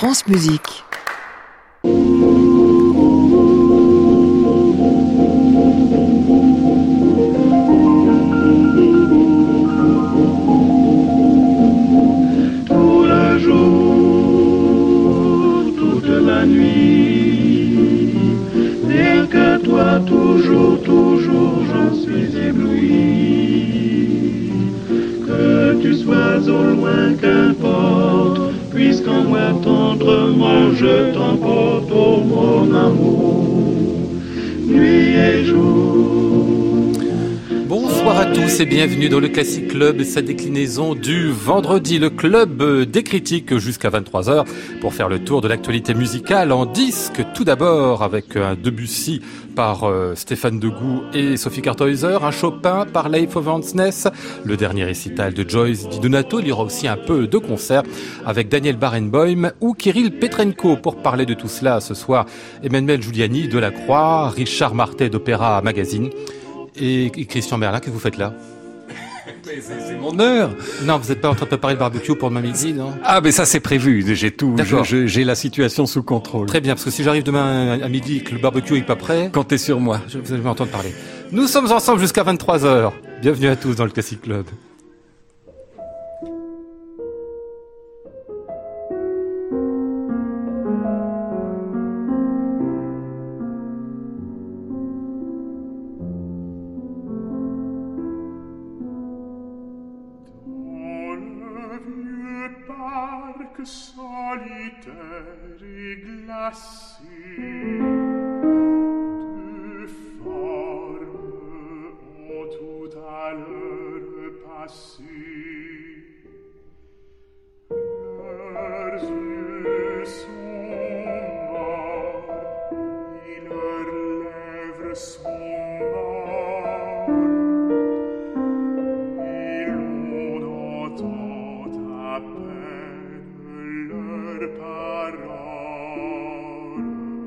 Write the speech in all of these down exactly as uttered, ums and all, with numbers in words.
France Musique. Tout le jour, toute la nuit, rien que toi, toujours, toujours, j'en suis ébloui. Que tu sois au loin, qu'importe, puisqu'en moi tendrement je t'emporte, oh mon amour, nuit et jour. Bonsoir à tous et bienvenue dans le Classic Club et sa déclinaison du vendredi, le club des critiques jusqu'à vingt-trois heures pour faire le tour de l'actualité musicale en disque. Tout d'abord avec un Debussy par euh, Stéphane Degout et Sophie Karthäuser, un Chopin par Leif Ovansnes, le dernier récital de Joyce Di Donato. Il y aura aussi un peu de concert avec Daniel Barenboim ou Kirill Petrenko. Pour parler de tout cela ce soir, Emmanuel Giuliani de La Croix, Richard Martet d'Opéra Magazine. Et Christian Merlin, qu'est-ce que vous faites là? Mais c'est, c'est mon heure. Non, vous n'êtes pas en train de préparer le barbecue pour demain midi, non? Ah, mais ça c'est prévu. J'ai tout. D'accord. Je, je, j'ai la situation sous contrôle. Très bien, parce que si j'arrive demain à midi et que le barbecue n'est pas prêt, comptez sur moi. Je, vous allez m'entendre parler. Nous sommes ensemble jusqu'à vingt-trois heures. Bienvenue à tous dans le Classic Club. Solitaire et glacé, deux formes ont tout à l'heure passé. Leurs yeux sont morts et leurs lèvres sont mortes, et l'on entend à peine leurs paroles.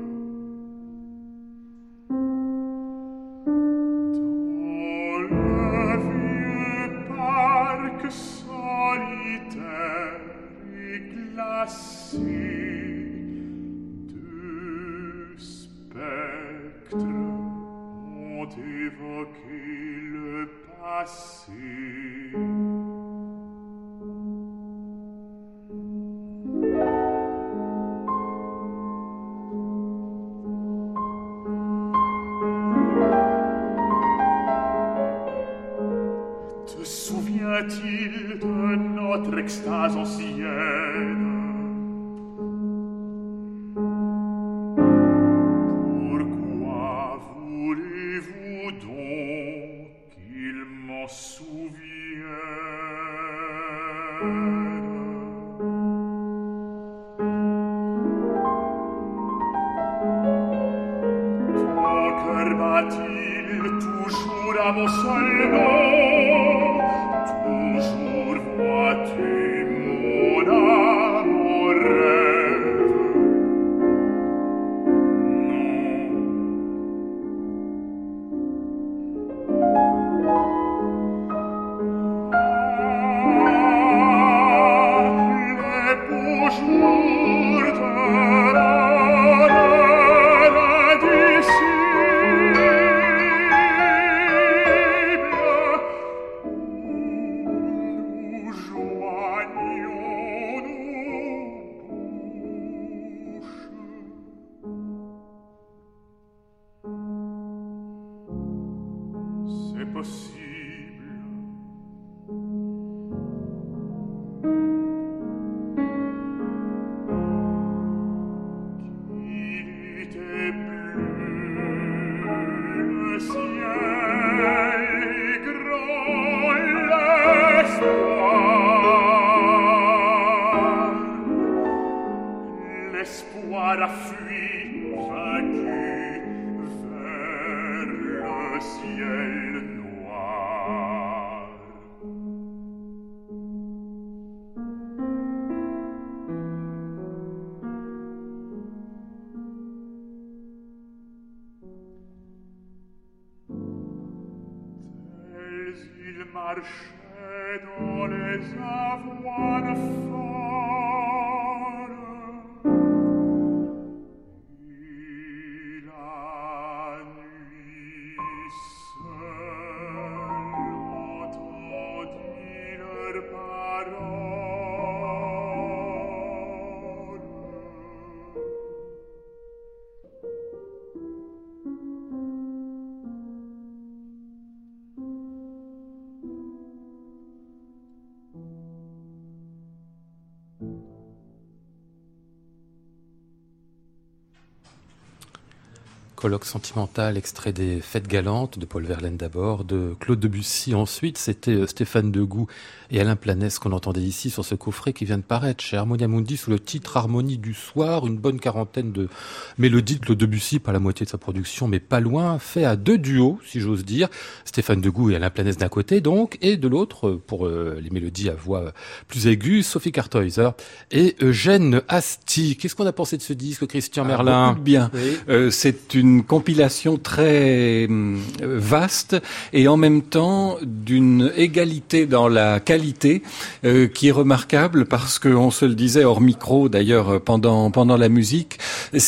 Dans le vieux parc solitaire et glacé, deux spectres ont évoqué le passé. Te souvient-il de notre extase ancienne? Pourquoi voulez-vous donc qu'il m'en souvienne? Ton cœur bat-il toujours à mon seul nom? Toujours vois-tu mon âme en rêve? Non. Ah, les beaux jours de la L'espoir a fui, vaincu, vers le ciel noir. marchait dans les avoines folles. Colloque sentimental, extrait des Fêtes galantes de Paul Verlaine d'abord, de Claude Debussy ensuite. C'était Stéphane Degout et Alain Planès qu'on entendait ici sur ce coffret qui vient de paraître chez Harmonia Mundi sous le titre Harmonie du soir. Une bonne quarantaine de mélodies de Claude Debussy, pas la moitié de sa production, mais pas loin, fait à deux duos, si j'ose dire. Stéphane Degout et Alain Planès d'un côté donc, et de l'autre, pour euh, les mélodies à voix plus aiguë, Sophie Karthäuser et Eugène Asti. Qu'est-ce qu'on a pensé de ce disque, Christian ah, Merlin? Beaucoup de bien. Oui. Euh, c'est une une compilation très euh, vaste et en même temps d'une égalité dans la qualité euh, qui est remarquable parce que on se le disait hors micro d'ailleurs pendant pendant la musique,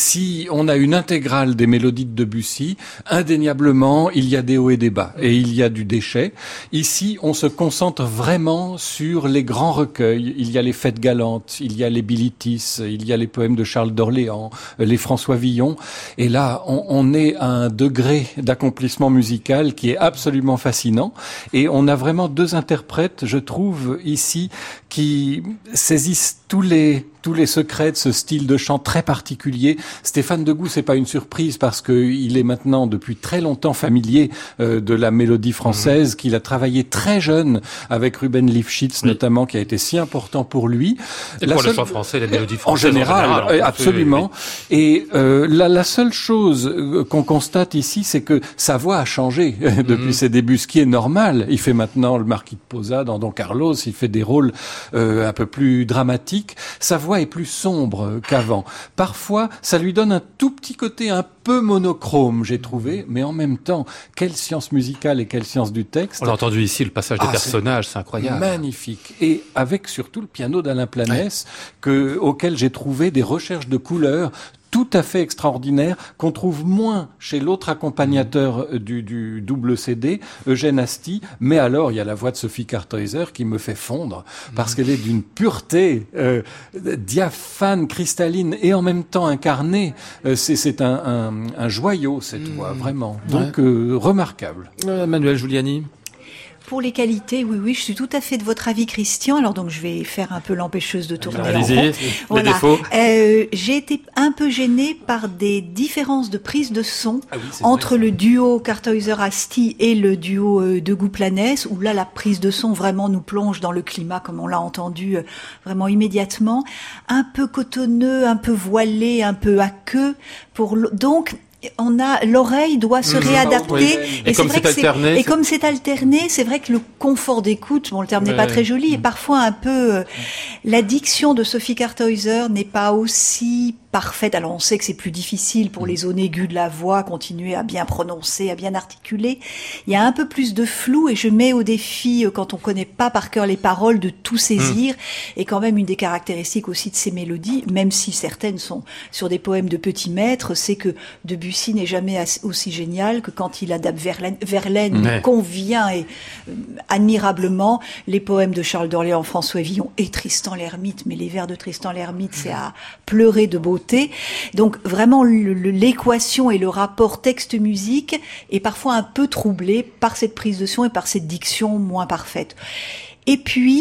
si on a une intégrale des mélodies de Debussy, indéniablement il y a des hauts et des bas et il y a du déchet. Ici, on se concentre vraiment sur les grands recueils. Il y a les Fêtes galantes, il y a les Bilitis, il y a les poèmes de Charles d'Orléans, les François Villon et là on on est à un degré d'accomplissement musical qui est absolument fascinant et on a vraiment deux interprètes, je trouve, ici, qui saisissent tous les tous les secrets de ce style de chant très particulier. Stéphane Degout, c'est pas une surprise parce que il est maintenant depuis très longtemps familier euh, de la mélodie française, mmh. qu'il a travaillé très jeune avec Ruben Lifshitz oui. notamment, qui a été si important pour lui. Et la pour seule... le chant français, la mélodie française en général, en général absolument. Oui, oui. Et euh, la, la seule chose qu'on constate ici, c'est que sa voix a changé depuis mmh. ses débuts, ce qui est normal. Il fait maintenant le Marquis de Posa dans Don Carlos, il fait des rôles euh, un peu plus dramatiques. Sa voix est plus sombre qu'avant. Parfois, ça lui donne un tout petit côté un peu monochrome, j'ai trouvé, mais en même temps, quelle science musicale et quelle science du texte. On l'a entendu ici, le passage des ah, personnages, c'est incroyable. Magnifique. Et avec surtout le piano d'Alain Planès, ouais. que, auquel j'ai trouvé des recherches de couleurs tout à fait extraordinaire, qu'on trouve moins chez l'autre accompagnateur du, du double C D, Eugène Asti, mais alors il y a la voix de Sophie Karthäuser qui me fait fondre, parce qu'elle est d'une pureté euh, diaphane, cristalline, et en même temps incarnée. Euh, c'est c'est un, un, un joyau, cette mmh. voix, vraiment. Donc, ouais. euh, remarquable. Euh, Manuel Giuliani. Pour les qualités, oui, oui, je suis tout à fait de votre avis, Christian. Alors donc, je vais faire un peu l'empêcheuse de tourner en rond. Les voilà. défauts. Euh, j'ai été un peu gênée par des différences de prise de son ah oui, entre vrai, le duo Karthäuser-Asti et le duo euh, Degout-Planès, où là, la prise de son vraiment nous plonge dans le climat, comme on l'a entendu euh, vraiment immédiatement. Un peu cotonneux, un peu voilé, un peu à queue. Pour l... Donc, on a l'oreille doit se mmh, réadapter oui. et, et comme c'est alterné et c'est... comme c'est alterné, c'est vrai que le confort d'écoute, bon le terme ouais. n'est pas très joli, mmh. et parfois un peu euh, la diction de Sophie Karthäuser n'est pas aussi parfaite. Alors on sait que c'est plus difficile pour les zones aiguës de la voix, continuer à bien prononcer, à bien articuler. Il y a un peu plus de flou et je mets au défi, quand on connaît pas par cœur les paroles, de tout saisir. Mmh. Et quand même une des caractéristiques aussi de ces mélodies, même si certaines sont sur des poèmes de petits maîtres, c'est que Debussy n'est jamais aussi génial que quand il adapte Verlaine. Verlaine ouais. convient et euh, admirablement les poèmes de Charles d'Orléans, François Villon et Tristan l'Hermite. Mais les vers de Tristan l'Hermite, c'est à pleurer de beauté. Donc vraiment le, le, l'équation et le rapport texte-musique est parfois un peu troublé par cette prise de son et par cette diction moins parfaite. Et puis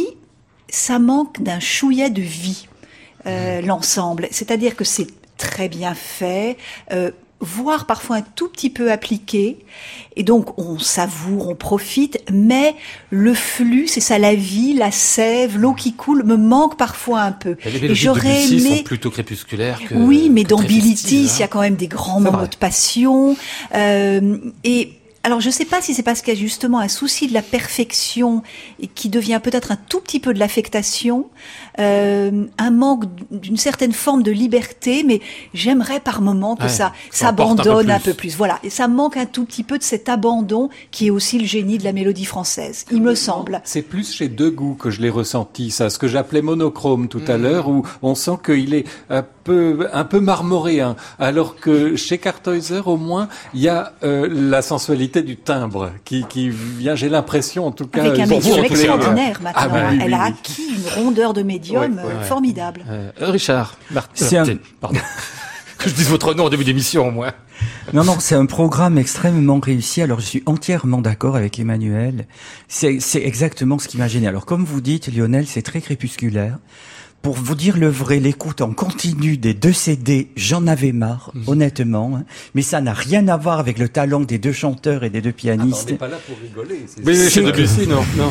ça manque d'un chouïa de vie, euh, l'ensemble. C'est-à-dire que c'est très bien fait, euh, voire parfois un tout petit peu appliqué, et donc on savoure, on profite, mais le flux, c'est ça la vie, la sève, l'eau qui coule, me manque parfois un peu. Et, les et j'aurais de aimé sont plutôt crépusculaires que oui, mais que dans Bilitis, hein. il y a quand même des grands moments de passion, euh, et alors je sais pas si c'est parce qu'il y a justement un souci de la perfection et qui devient peut-être un tout petit peu de l'affectation, euh, un manque d'une certaine forme de liberté, mais j'aimerais par moment que ouais, ça, ça s'abandonne un peu, un peu plus. Voilà, et ça manque un tout petit peu de cet abandon qui est aussi le génie de la mélodie française, il me semble. C'est plus chez Degout que je l'ai ressenti, ça, ce que j'appelais monochrome tout mmh. à l'heure, où on sent qu'il est un peu, un peu marmoréen, alors que chez Karthäuser, au moins, il y a euh, la sensualité du timbre qui, qui vient, j'ai l'impression en tout cas. Avec un médium extraordinaire maintenant. Ah, bah, oui, Elle oui, a oui. acquis une rondeur de médium ouais, ouais, formidable. Euh, Richard Martin. C'est un... Pardon. Que je dise votre nom au début d'émission, moi. Non, non, c'est un programme extrêmement réussi. Alors, je suis entièrement d'accord avec Emmanuel. C'est, c'est exactement ce qui m'a gêné. Alors, comme vous dites, Lionel, c'est très crépusculaire. Pour vous dire le vrai, l'écoute en continu des deux C D, j'en avais marre, mmh. honnêtement. Hein. Mais ça n'a rien à voir avec le talent des deux chanteurs et des deux pianistes. Ah, on n'est pas là pour rigoler. C'est oui, oui, chez Debussy, non, non.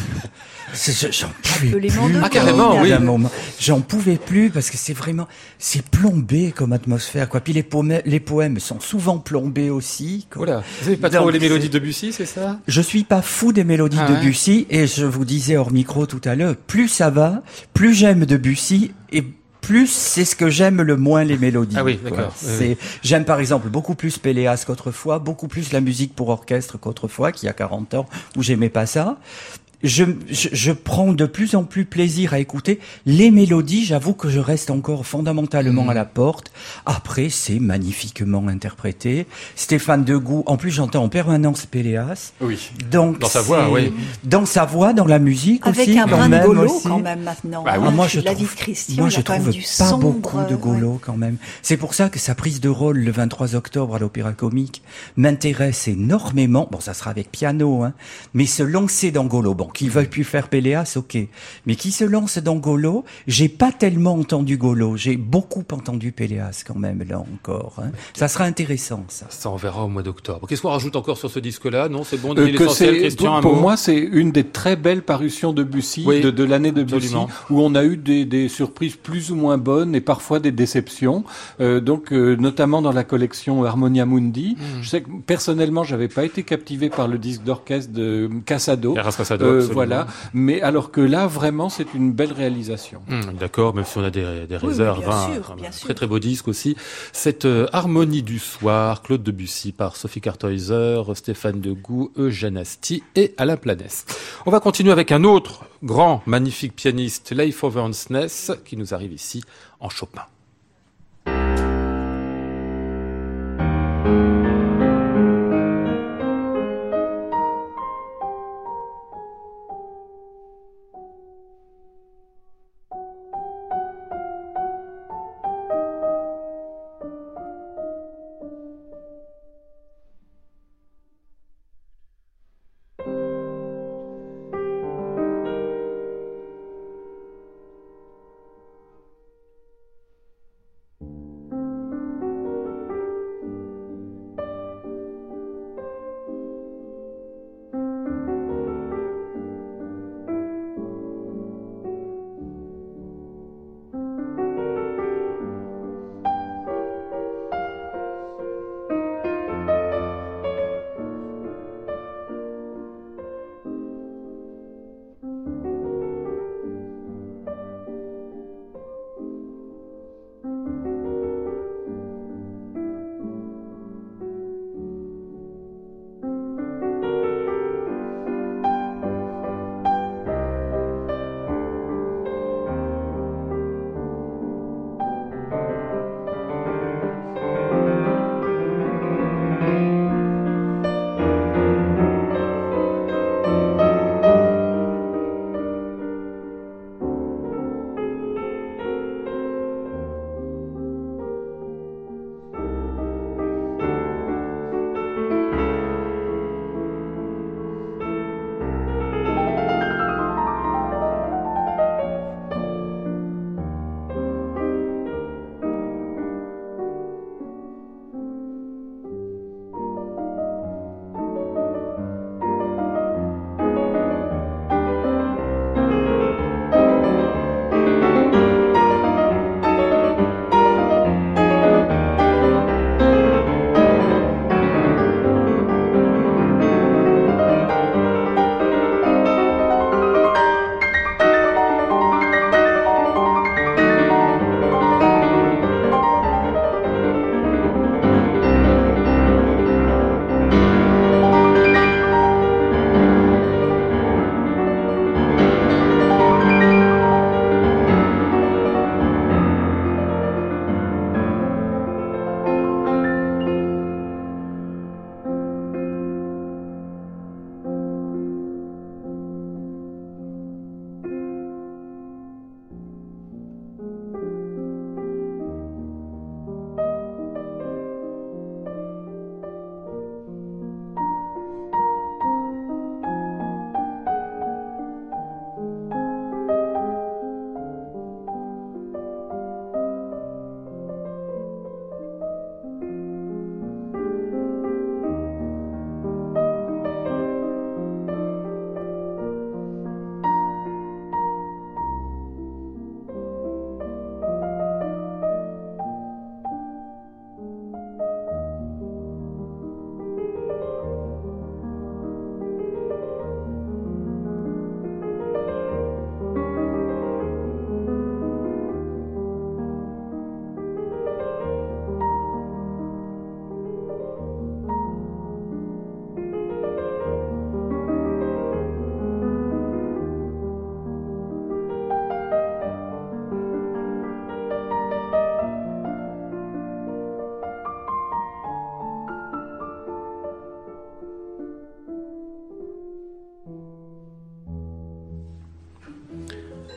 J'en pouvais plus. Ah, carrément, oui. J'en pouvais plus parce que c'est vraiment, c'est plombé comme atmosphère, quoi. Puis les poèmes, les poèmes sont souvent plombés aussi. Quoi. Voilà. Vous n'avez pas Donc, trop les mélodies de Debussy, c'est ça? Je suis pas fou des mélodies ah, de Debussy ouais. et je vous disais hors micro tout à l'heure, plus ça va, plus j'aime Debussy et plus c'est ce que j'aime le moins les mélodies. Ah oui, d'accord. Oui, c'est, oui. J'aime par exemple beaucoup plus Péléas qu'autrefois, beaucoup plus la musique pour orchestre qu'autrefois, qui a quarante ans, où j'aimais pas ça. Je, je, je prends de plus en plus plaisir à écouter les mélodies. J'avoue que je reste encore fondamentalement mmh. à la porte. Après, c'est magnifiquement interprété. Stéphane Degout, en plus j'entends en permanence Péléas. Oui. Donc dans sa voix, oui. Dans sa voix, dans la musique avec aussi. Avec un brin de Golo quand même maintenant. Bah, oui. ah, moi, je la trouve, vie de Christian, moi il y a je quand trouve même du pas sombre, beaucoup de Golo ouais. quand même. C'est pour ça que sa prise de rôle le vingt-trois octobre à l'Opéra Comique m'intéresse énormément. Bon, ça sera avec piano, hein. Mais se lancer dans Golo, bon, qu'ils veulent plus faire Péléas, ok. Mais qui se lance dans Golo, j'ai pas tellement entendu Golo, j'ai beaucoup entendu Péléas quand même, là encore. Hein. Ça sera intéressant, ça. Ça, on verra au mois d'octobre. Qu'est-ce qu'on rajoute encore sur ce disque-là? Non, c'est bon, euh, l'essentiel, Christian, Pour, un pour mot. moi, c'est une des très belles parutions de Debussy, oui, de, de l'année de Debussy, où on a eu des, des surprises plus ou moins bonnes et parfois des déceptions. Euh, donc, euh, notamment dans la collection Harmonia Mundi. Mmh. Je sais que personnellement, j'avais pas été captivé par le disque d'orchestre de Casado. Casado, euh, voilà. Mais alors que là, vraiment, c'est une belle réalisation. Mmh, d'accord, même si on a des, des réserves. Oui, bien hein, sûr, un bien très sûr. très beau disque aussi. Cette euh, Harmonie du soir, Claude Debussy par Sophie Karthäuser, Stéphane Degout, Eugène Asti et Alain Planès. On va continuer avec un autre grand, magnifique pianiste, Leif Overnsness, qui nous arrive ici en Chopin.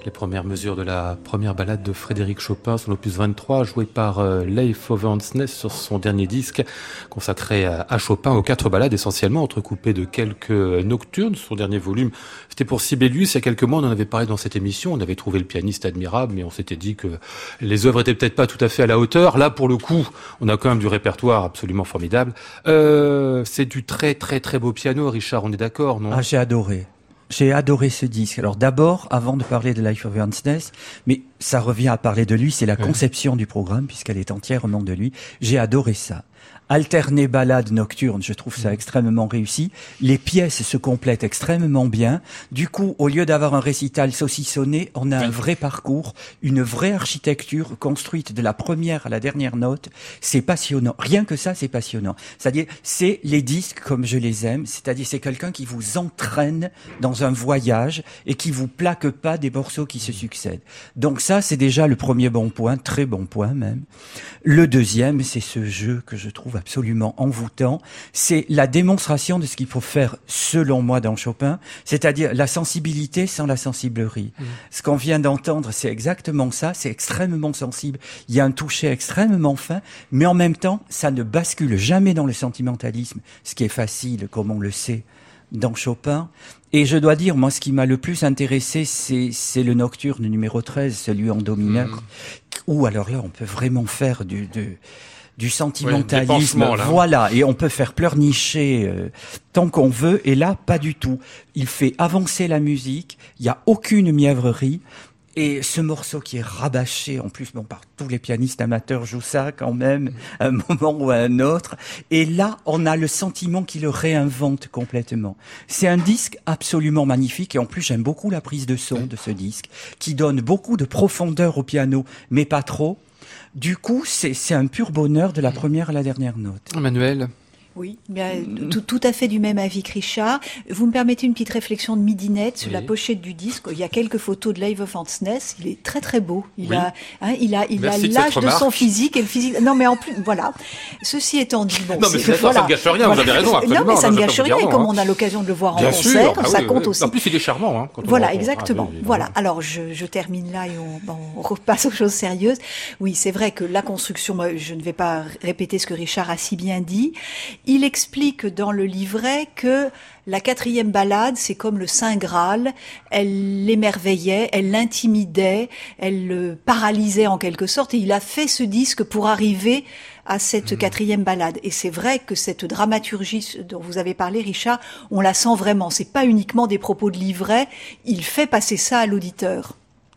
Les premières mesures de la première ballade de Frédéric Chopin, son opus vingt-trois, jouée par euh, Leif Ovansnes sur son dernier disque, consacré à, à Chopin, aux quatre ballades essentiellement, entrecoupées de quelques nocturnes. Son dernier volume, c'était pour Sibelius. Il y a quelques mois, on en avait parlé dans cette émission. On avait trouvé le pianiste admirable, mais on s'était dit que les œuvres étaient peut-être pas tout à fait à la hauteur. Là, pour le coup, on a quand même du répertoire absolument formidable. Euh, c'est du très très très beau piano, Richard, on est d'accord, non? Ah, j'ai adoré. J'ai adoré ce disque. Alors d'abord, avant de parler de Leif Ovansnes, mais ça revient à parler de lui, c'est la conception du programme, puisqu'elle est entièrement de lui. J'ai adoré ça. Alterner ballade nocturne, je trouve ça extrêmement réussi. Les pièces se complètent extrêmement bien. Du coup, au lieu d'avoir un récital saucissonné, on a un vrai parcours, une vraie architecture construite de la première à la dernière note. C'est passionnant. Rien que ça, c'est passionnant. C'est-à-dire, c'est les disques comme je les aime. C'est-à-dire, c'est quelqu'un qui vous entraîne dans un voyage et qui vous plaque pas des morceaux qui se succèdent. Donc ça, c'est déjà le premier bon point, très bon point même. Le deuxième, c'est ce jeu que je trouve absolument envoûtant. C'est la démonstration de ce qu'il faut faire, selon moi, dans Chopin, c'est-à-dire la sensibilité sans la sensiblerie. Mmh. Ce qu'on vient d'entendre, c'est exactement ça, c'est extrêmement sensible. Il y a un toucher extrêmement fin, mais en même temps, ça ne bascule jamais dans le sentimentalisme, ce qui est facile, comme on le sait, dans Chopin. Et je dois dire, moi, ce qui m'a le plus intéressé, c'est, c'est le nocturne numéro treize, celui en do mineur, mmh. où alors là, on peut vraiment faire du... de, du sentimentalisme, ouais, voilà, et on peut faire pleurnicher euh, tant qu'on veut, et là, pas du tout. Il fait avancer la musique, il y a aucune mièvrerie, et ce morceau qui est rabâché, en plus, bon, par tous les pianistes amateurs jouent ça quand même, à un moment ou à un autre, et là, on a le sentiment qu'il le réinvente complètement. C'est un disque absolument magnifique, et en plus, j'aime beaucoup la prise de son de ce disque, qui donne beaucoup de profondeur au piano, mais pas trop. Du coup, c'est, c'est un pur bonheur de la première à la dernière note. Emmanuel? Oui, bien, tout, tout à fait du même avis que Richard. Vous me permettez une petite réflexion de midinette sur oui. la pochette du disque. Il y a quelques photos de Leif Ovansnes. Il est très très beau. Il oui. a, hein, il a, il Merci a l'âge de, de son physique et le physique. Non, mais en plus, voilà. Ceci étant dit, bon, non, mais c'est, voilà. ça ne gâche rien. Voilà. Vous avez raison. Non, mais ça ne gâche rien. Et comme on a l'occasion de le voir bien en concert, sûr. Ah, ça oui, compte oui. aussi. En plus, il est charmant. Hein, quand on voilà, le exactement. Ah, voilà. Alors, je, je termine là et on, bon, on repasse aux choses sérieuses. Oui, c'est vrai que la construction, moi, je ne vais pas répéter ce que Richard a si bien dit. Il explique dans le livret que la quatrième ballade, c'est comme le Saint Graal, elle l'émerveillait, elle l'intimidait, elle le paralysait en quelque sorte, et il a fait ce disque pour arriver à cette mmh. quatrième ballade. Et c'est vrai que cette dramaturgie dont vous avez parlé, Richard, on la sent vraiment. C'est pas uniquement des propos de livret, il fait passer ça à l'auditeur.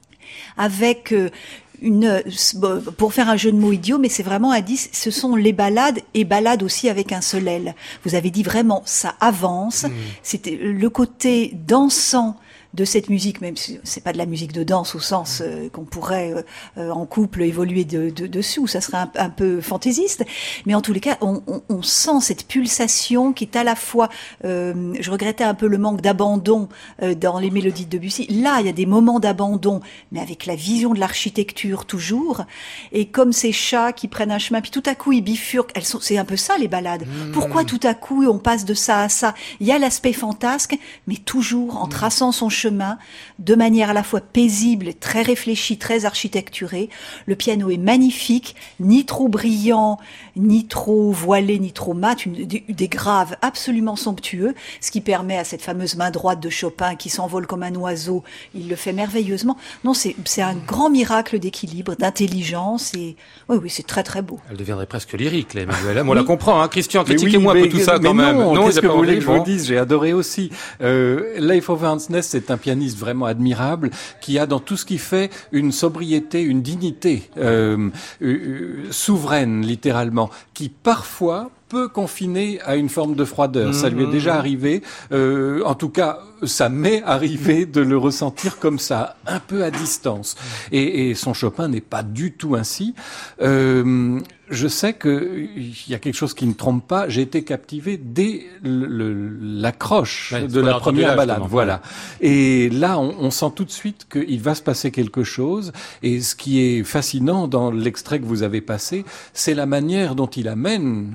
Avec euh, une, pour faire un jeu de mots idiot, mais c'est vraiment un disque, ce sont les ballades et ballades aussi avec un seul L. Vous avez dit vraiment, ça avance. Mmh. C'était le côté dansant de cette musique, même si c'est pas de la musique de danse au sens euh, qu'on pourrait euh, en couple évoluer de, de, dessus, ça serait un, un peu fantaisiste, mais en tous les cas, on, on, on sent cette pulsation qui est à la fois, euh, je regrettais un peu le manque d'abandon euh, dans les mélodies de Debussy. Là, il y a des moments d'abandon, mais avec la vision de l'architecture toujours, et comme ces chats qui prennent un chemin, puis tout à coup ils bifurquent. Elles sont, c'est un peu ça les ballades. Mmh. Pourquoi tout à coup on passe de ça à ça? Il y a l'aspect fantasque, mais toujours en traçant son chemin de manière à la fois paisible, très réfléchie, très architecturée. Le piano est magnifique, ni trop brillant, ni trop voilé, ni trop mat, une, des, des graves absolument somptueux, ce qui permet à cette fameuse main droite de Chopin qui s'envole comme un oiseau, il le fait merveilleusement. Non, c'est, c'est un grand miracle d'équilibre, d'intelligence, et oui, oui, c'est très très beau. Elle deviendrait presque lyrique, là, Emmanuel. On oui. la comprend, hein, Christian, critiquez-moi oui, un peu tout ça quand mais même. Non, non qu'est-ce que vous voulez que je vous dise? J'ai adoré aussi. Euh, Leif Ovansnes, c'est un pianiste vraiment admirable, qui a dans tout ce qu'il fait une sobriété, une dignité euh, euh, souveraine, littéralement, qui parfois peut confiner à une forme de froideur. Mmh, ça lui est déjà arrivé. Euh, en tout cas, ça m'est arrivé de le ressentir comme ça, un peu à distance. Et, et son Chopin n'est pas du tout ainsi. Euh, je sais que il y a quelque chose qui ne trompe pas. J'ai été captivé dès le, le, l'accroche ouais, de la première ballade. Voilà. Et là, on, on sent tout de suite qu'il va se passer quelque chose. Et ce qui est fascinant dans l'extrait que vous avez passé, c'est la manière dont il amène le, le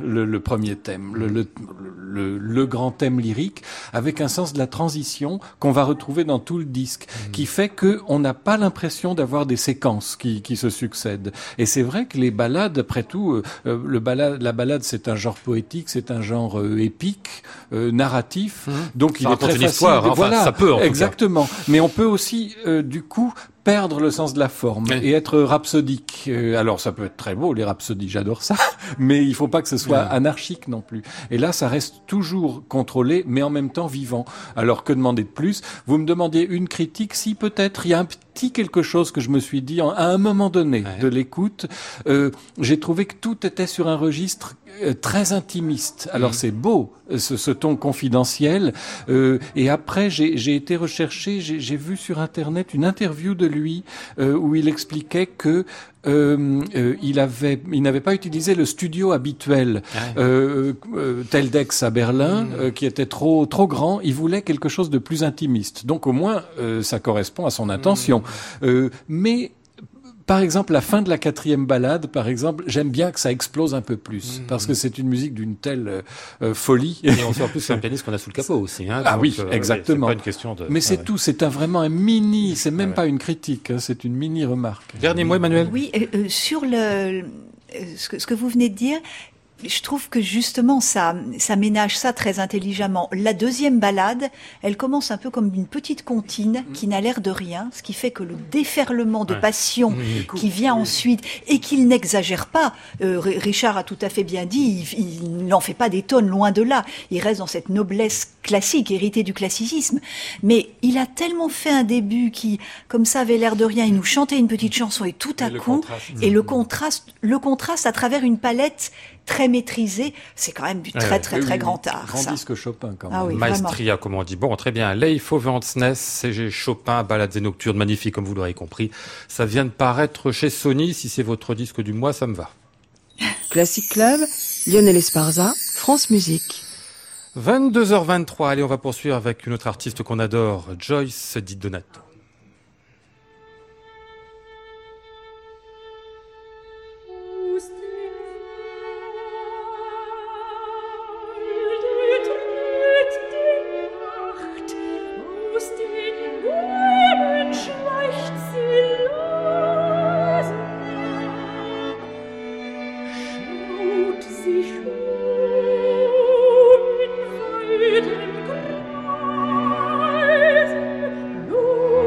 premier thème, le, le, le, le grand thème lyrique, avec un sens de la transition qu'on va retrouver dans tout le disque, mmh. qui fait que on n'a pas l'impression d'avoir des séquences qui, qui se succèdent. Et c'est vrai que les ballades, après tout, euh, le ballade, la ballade, c'est un genre poétique, c'est un genre euh, épique, euh, narratif. Mmh. Donc ça il est très une facile. Histoire, de, enfin, voilà, ça peut. En exactement. Tout cas. Mais on peut aussi, euh, du coup, perdre le sens de la forme oui. et être rhapsodique. Euh, alors ça peut être très beau, les rhapsodies, j'adore ça, mais il faut pas que ce soit oui. anarchique non plus. Et là, ça reste toujours contrôlé, mais en même temps vivant. Alors que demander de plus? Vous me demandiez une critique, si peut-être il y a un petit quelque chose que je me suis dit à un moment donné ouais. de l'écoute. Euh, j'ai trouvé que tout était sur un registre euh, très intimiste. Alors mmh. c'est beau, ce, ce ton confidentiel. Euh, et après, j'ai, j'ai été rechercher, j'ai, j'ai vu sur Internet une interview de lui euh, où il expliquait que Euh, euh, il avait, il n'avait pas utilisé le studio habituel, ouais. euh, euh, Teldex à Berlin, mmh. euh, qui était trop trop grand. Il voulait quelque chose de plus intimiste. Donc au moins, euh, ça correspond à son intention. Mmh. Euh, mais par exemple, la fin de la quatrième ballade, par exemple, j'aime bien que ça explose un peu plus, mmh. parce que c'est une musique d'une telle euh, folie. Et on sait en plus c'est un pianiste qu'on a sous le capot aussi. Hein, ah donc, oui, euh, exactement. C'est pas une question de... Mais c'est ah, ouais. tout, c'est un, vraiment un mini, c'est même ah, ouais. pas une critique, hein, c'est une mini remarque. Dernier mot, Emmanuel. Oui, euh, sur le, ce que, ce que vous venez de dire, je trouve que justement ça, ça ménage ça très intelligemment. La deuxième ballade, elle commence un peu comme une petite comptine qui n'a l'air de rien, ce qui fait que le déferlement de ouais. passion mmh, qui vient oui. ensuite et qu'il n'exagère pas. Euh, Richard a tout à fait bien dit, il, il n'en fait pas des tonnes, loin de là. Il reste dans cette noblesse classique, héritée du classicisme. Mais il a tellement fait un début qui, comme ça, avait l'air de rien. Il nous chantait une petite chanson et tout à et coup, le et le contraste, le contraste à travers une palette très maîtrisé, c'est quand même du très très très, oui, très oui, grand art. Grand ça. disque Chopin quand même. Ah oui, Maestria, comme on dit. Bon, très bien. Leif Ovansnes, C G Chopin, Ballades et Nocturnes, magnifique comme vous l'aurez compris. Ça vient de paraître chez Sony. Si c'est votre disque du mois, ça me va. Classic Club, Lionel Esparza, France Musique. vingt-deux heures vingt-trois. Allez, on va poursuivre avec une autre artiste qu'on adore, Joyce Di Donato. No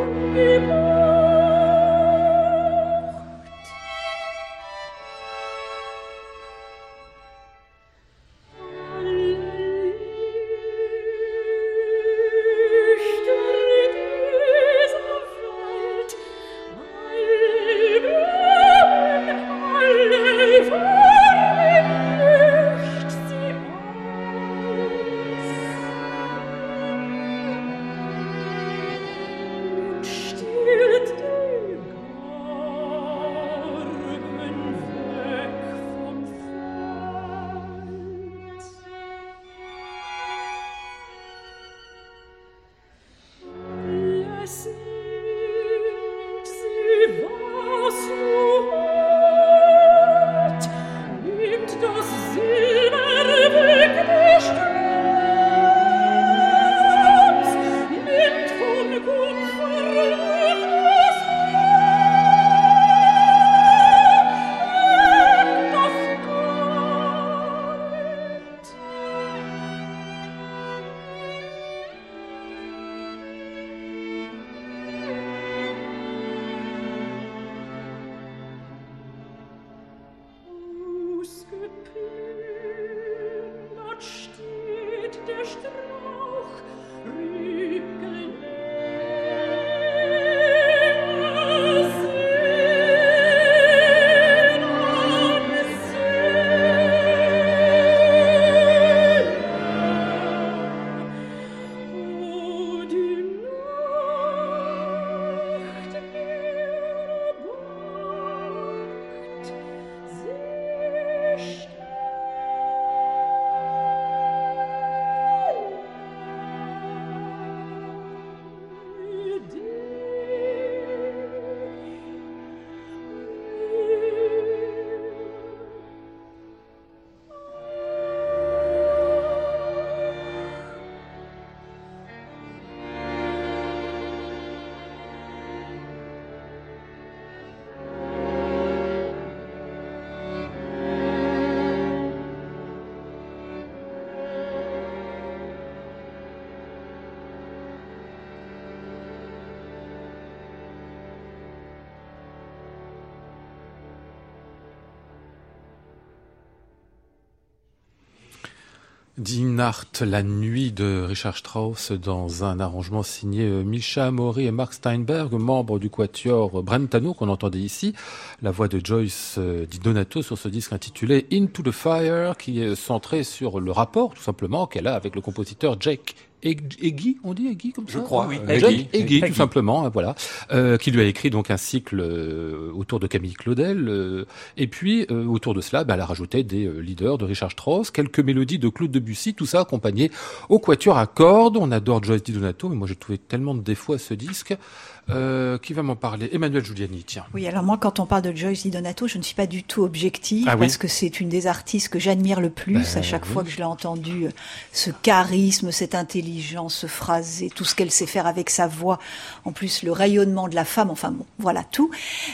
Die Nacht, la nuit de Richard Strauss dans un arrangement signé Misha Mori et Mark Steinberg, membres du quatuor Brentano qu'on entendait ici, la voix de Joyce Di Donato sur ce disque intitulé Into the Fire qui est centré sur le rapport tout simplement qu'elle a avec le compositeur Jake Eggy, on dit Eggy comme ça? Je crois, oui. Eggy, Eggy, tout simplement, voilà, euh, qui lui a écrit donc un cycle euh, autour de Camille Claudel, euh, et puis euh, autour de cela, bah, elle a rajouté des euh, leaders de Richard Strauss, quelques mélodies de Claude Debussy, tout ça accompagné au quatuor à cordes. On adore Joyce Di Donato, mais moi j'ai trouvé tellement de défauts à ce disque. Euh, qui va m'en parler? Emmanuel Giuliani, tiens. Oui, alors moi, quand on parle de Joyce Di Donato, je ne suis pas du tout objective, ah, parce oui. que c'est une des artistes que j'admire le plus. Ben, à chaque oui. fois que je l'ai entendue, ce charisme, cette intelligence, ce phrasé, tout ce qu'elle sait faire avec sa voix, en plus le rayonnement de la femme, enfin bon, voilà tout.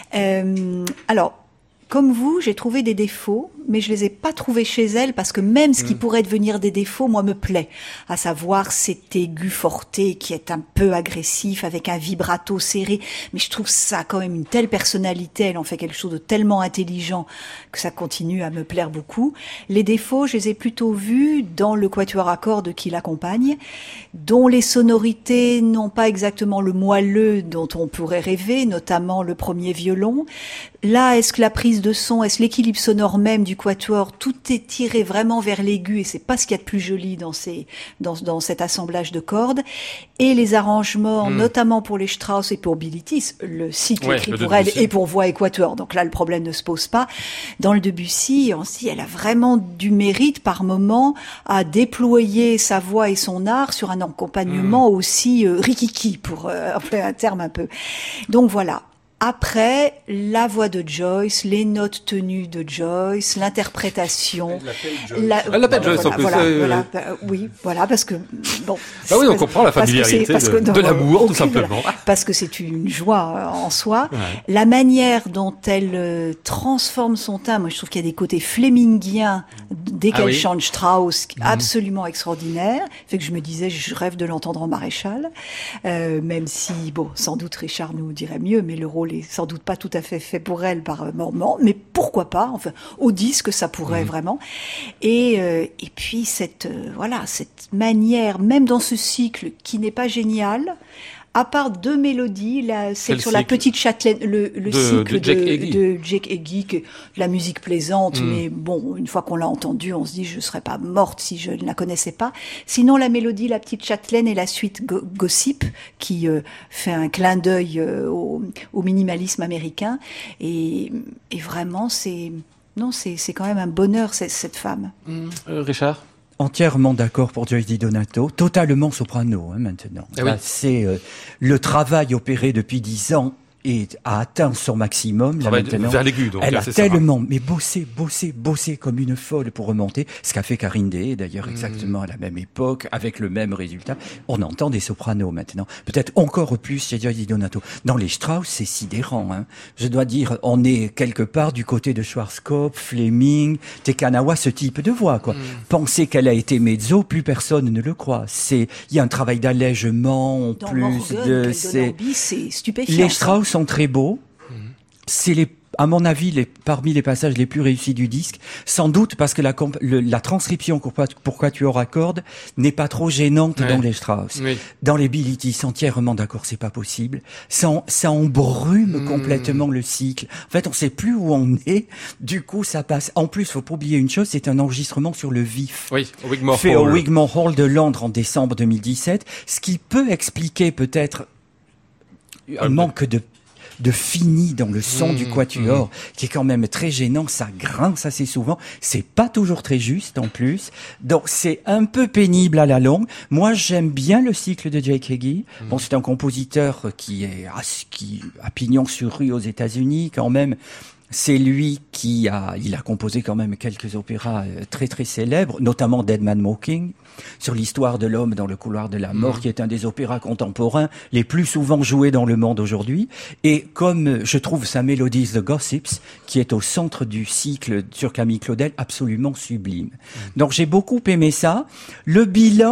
Euh, alors, comme vous, j'ai trouvé des défauts, mais je les ai pas trouvés chez elle parce que même ce qui mmh. pourrait devenir des défauts, moi, me plaît. À savoir cet aigu forté qui est un peu agressif avec un vibrato serré. Mais je trouve ça quand même une telle personnalité. Elle en fait quelque chose de tellement intelligent que ça continue à me plaire beaucoup. Les défauts, je les ai plutôt vus dans le quatuor à cordes qui l'accompagne, dont les sonorités n'ont pas exactement le moelleux dont on pourrait rêver, notamment le premier violon. Là, est-ce que la prise de son, est-ce l'équilibre sonore même du quatuor, tout est tiré vraiment vers l'aigu et c'est pas ce qu'il y a de plus joli dans ces, dans, dans cet assemblage de cordes. Et les arrangements, mmh. notamment pour les Strauss et pour Bill Littis, le cycle ouais, écrit le pour elle et pour voix et quatuor. Donc là, le problème ne se pose pas. Dans le Debussy, on se dit, elle a vraiment du mérite par moment à déployer sa voix et son art sur un accompagnement mmh. aussi euh, rikiki, pour euh, employer un terme un peu. Donc voilà. Après, la voix de Joyce, les notes tenues de Joyce, l'interprétation. Elle l'appelle Joyce. La, elle l'appelle Joyce, voilà, en plus. Voilà, euh... voilà, bah, oui, voilà, parce que, bon. Ah oui, on comprend la familiarité parce que de, de l'amour, aucune, tout simplement. Voilà, parce que c'est une joie en soi. Ouais. La manière dont elle euh, transforme son teint, moi je trouve qu'il y a des côtés flemingiens dès qu'elle ah oui. chante Strauss, mmh. absolument extraordinaire. Fait que je me disais, je rêve de l'entendre en Maréchal. Euh, même si, bon, sans doute Richard nous dirait mieux, mais le rôle est sans doute pas tout à fait fait pour elle par Mormand, mais pourquoi pas, enfin, au disque, ça pourrait mmh. vraiment. Et, euh, et puis, cette, euh, voilà, cette manière, même dans ce cycle qui n'est pas génial, à part deux mélodies, là, celle sur cycle? La petite châtelaine, le, le de, cycle de Jake Eggy, de, de Jake Eggy, que la musique plaisante, mm. mais bon, une fois qu'on l'a entendue, on se dit, je serais pas morte si je ne la connaissais pas. Sinon, la mélodie, la petite châtelaine et la suite go- Gossip, qui euh, fait un clin d'œil euh, au, au minimalisme américain. Et, et vraiment, c'est, non, c'est, c'est quand même un bonheur, cette, cette femme. Mm. Euh, Richard? Entièrement d'accord pour Joyce Di Donato, totalement soprano hein, maintenant. Ah oui. Là, c'est euh, le travail opéré depuis dix ans et a atteint son maximum. Là, maintenant, vers l'aigu, donc. Elle là, a c'est tellement, ça. mais bossé, bossé, bossé comme une folle pour remonter. Ce qu'a fait Karine Day, d'ailleurs, exactement mmh. à la même époque, avec le même résultat. On entend des sopranos maintenant. Peut-être encore plus chez Joyce Di Donato. Dans les Strauss, c'est sidérant. Hein. Je dois dire, on est quelque part du côté de Schwarzkopf, Fleming, Tekanawa, ce type de voix, quoi. Mmh. Penser qu'elle a été mezzo, plus personne ne le croit. C'est, il y a un travail d'allègement, en Dans plus Morgan, de, c'est, c'est stupéfiant. Les Strauss sont très beaux. Mmh. C'est les, à mon avis, les, parmi les passages les plus réussis du disque. Sans doute parce que la, le, la transcription pour, pour quatuor à cordes n'est pas trop gênante ouais. dans les Strauss. Oui. Dans les Bill Littis, entièrement d'accord, c'est pas possible. Ça, ça embrume mmh. complètement le cycle. En fait, on sait plus où on est. Du coup, ça passe. En plus, faut pas oublier une chose, c'est un enregistrement sur le vif. Oui, au Wigmore fait Hall. au Wigmore Hall de Londres en décembre deux mille dix-sept. Ce qui peut expliquer peut-être un manque de de fini dans le son mmh, du quatuor, mmh. qui est quand même très gênant, ça grince assez souvent, c'est pas toujours très juste en plus, donc c'est un peu pénible à la longue. Moi j'aime bien le cycle de Jake Eggy, mmh. bon c'est un compositeur qui est qui a pignon sur rue aux États-Unis quand même. C'est lui qui a, il a composé quand même quelques opéras très très célèbres, notamment Dead Man Walking, sur l'histoire de l'homme dans le couloir de la mort, mmh. qui est un des opéras contemporains les plus souvent joués dans le monde aujourd'hui. Et comme je trouve sa mélodie The Gossips, qui est au centre du cycle sur Camille Claudel, absolument sublime. Mmh. Donc j'ai beaucoup aimé ça. Le bilan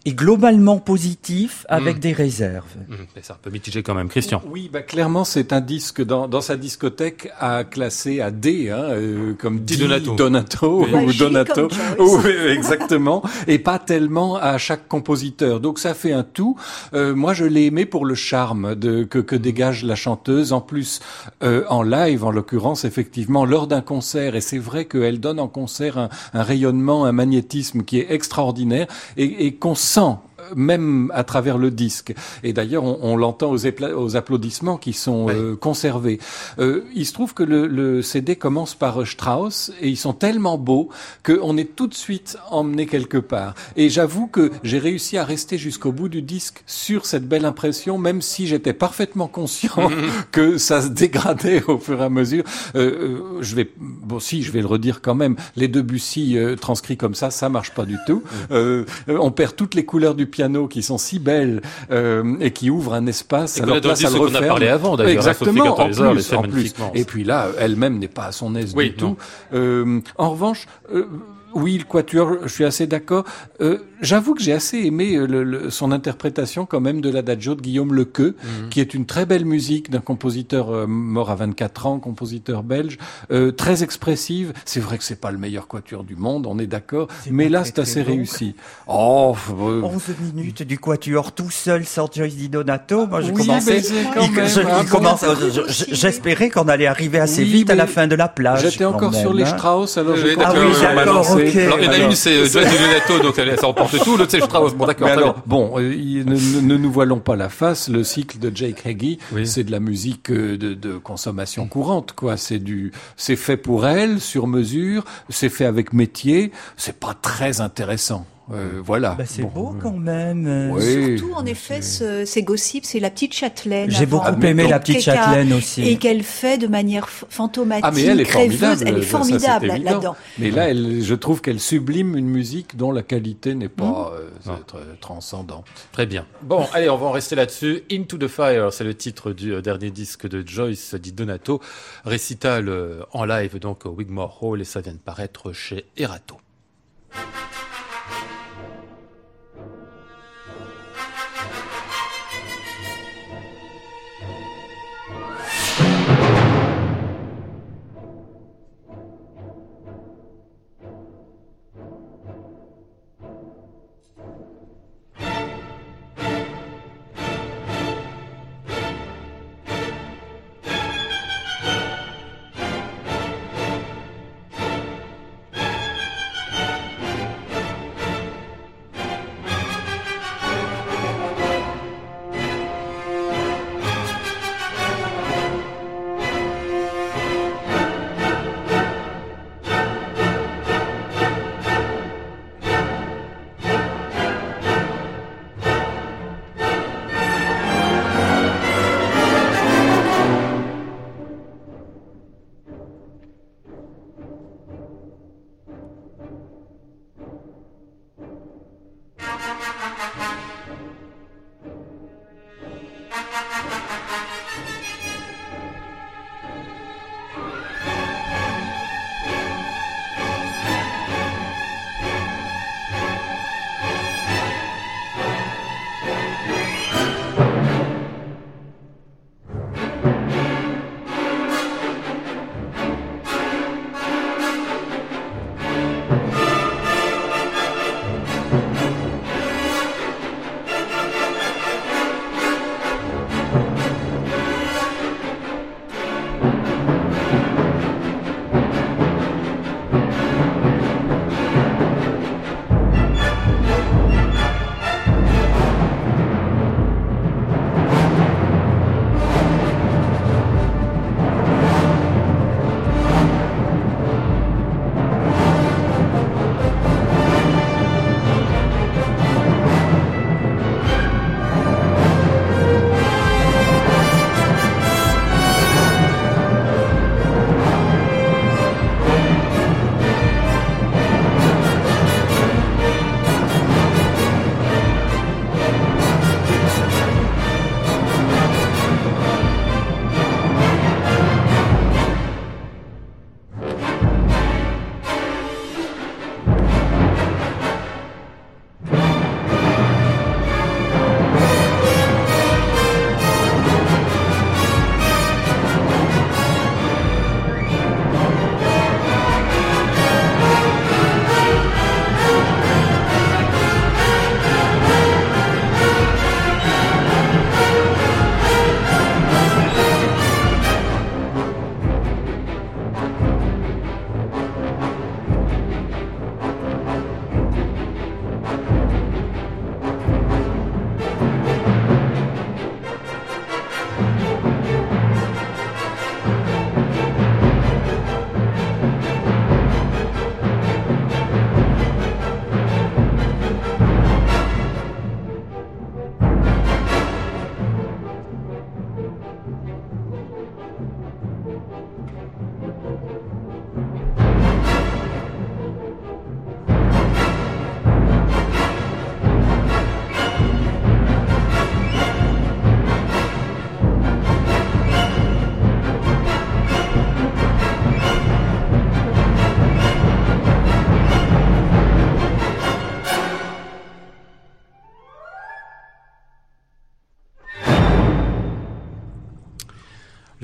est globalement positif avec Mmh. des réserves. Mmh, mais c'est un peu mitigé quand même, Christian. Oui, bah clairement, c'est un disque dans, dans sa discothèque à classer à D, hein, euh, comme Di Di Donato. Donato Oui. ou Ouais, J Donato. comme Joyce. Oui, exactement. Et pas tellement à chaque compositeur. Donc ça fait un tout. Euh, moi, je l'ai aimé pour le charme de, que, que dégage la chanteuse. En plus, euh, en live, en l'occurrence, effectivement, lors d'un concert. Et c'est vrai qu'elle donne en concert un, un rayonnement, un magnétisme qui est extraordinaire et, et qu'on sent même à travers le disque. Et d'ailleurs, on, on l'entend aux, épla- aux applaudissements qui sont Ouais. euh, conservés. Euh, il se trouve que le, le C D commence par Strauss et ils sont tellement beaux qu'on est tout de suite emmené quelque part. Et j'avoue que j'ai réussi à rester jusqu'au bout du disque sur cette belle impression, même si j'étais parfaitement conscient que ça se dégradait au fur et à mesure. Euh, euh, je vais, bon, si, je vais le redire quand même. Les Debussy euh, transcrits comme ça, ça marche pas du tout. Euh, on perd toutes les couleurs du piano qui sont si belles euh, et qui ouvrent un espace. Et Alors qu'on a là, ça ce le qu'on a referme. parlé avant, d'ailleurs. Exactement, Sophie en Cartolizer le plus, fait en plus. magnifiquement. Et puis là, elle-même n'est pas à son aise Oui, du non. tout. Euh, en revanche, euh, oui, le quatuor, je suis assez d'accord. Euh, j'avoue que j'ai assez aimé euh, le, le, son interprétation quand même de l'adagio de Guillaume Lequeux, Mhm. qui est une très belle musique d'un compositeur euh, mort à vingt-quatre ans, compositeur belge, euh, très expressive. C'est vrai que c'est pas le meilleur quatuor du monde, on est d'accord, C'est mais pas là très, c'est très assez long. réussi. Oh, euh, onze minutes du quatuor tout seul sans Joyce Di Donato. Moi, j'ai oui, commencé. mais c'est quand il- même je- un il bon commence- coup je- je- aussi, oui. J'espérais qu'on allait arriver assez Oui, vite à la mais fin de la plage. J'étais quand encore même, sur les hein. Strauss, alors Oui, j'ai d'accord, continué oui, à d'accord, balancer. ok. Alors, il y en a Alors, une, c'est Joyce Di Donato, donc elle, ça remporte tout. L'autre, c'est Strauss. Bon, d'accord. Mais très alors, bien. bon, euh, il- ne, ne- ne nous voilons pas la face. Le cycle de Jake Heggie, Oui. c'est de la musique euh, de, de consommation courante, quoi. C'est du, c'est fait pour elle, sur mesure. C'est fait avec métier. C'est pas très intéressant. Euh, voilà. Bah, c'est Bon. beau quand même. euh. Oui. Surtout, en effet, ce, ces gossips, c'est la petite Châtelaine. J'ai avant. beaucoup aimé Donc, la petite quelqu'un- Châtelaine aussi. Et qu'elle fait de manière f- fantomatique, Ah mais elle est rêveuse. formidable. Elle est ça, c'est formidable là- évident. là-dedans. Mais là, elle, je trouve qu'elle sublime une musique dont la qualité n'est pas euh, Non. très transcendante. Très bien. Bon, allez, on va en rester là-dessus. Into the Fire, c'est le titre du euh, dernier disque de Joyce Di Donato. Récital euh, en live, donc, au Wigmore Hall, et ça vient de paraître chez Erato.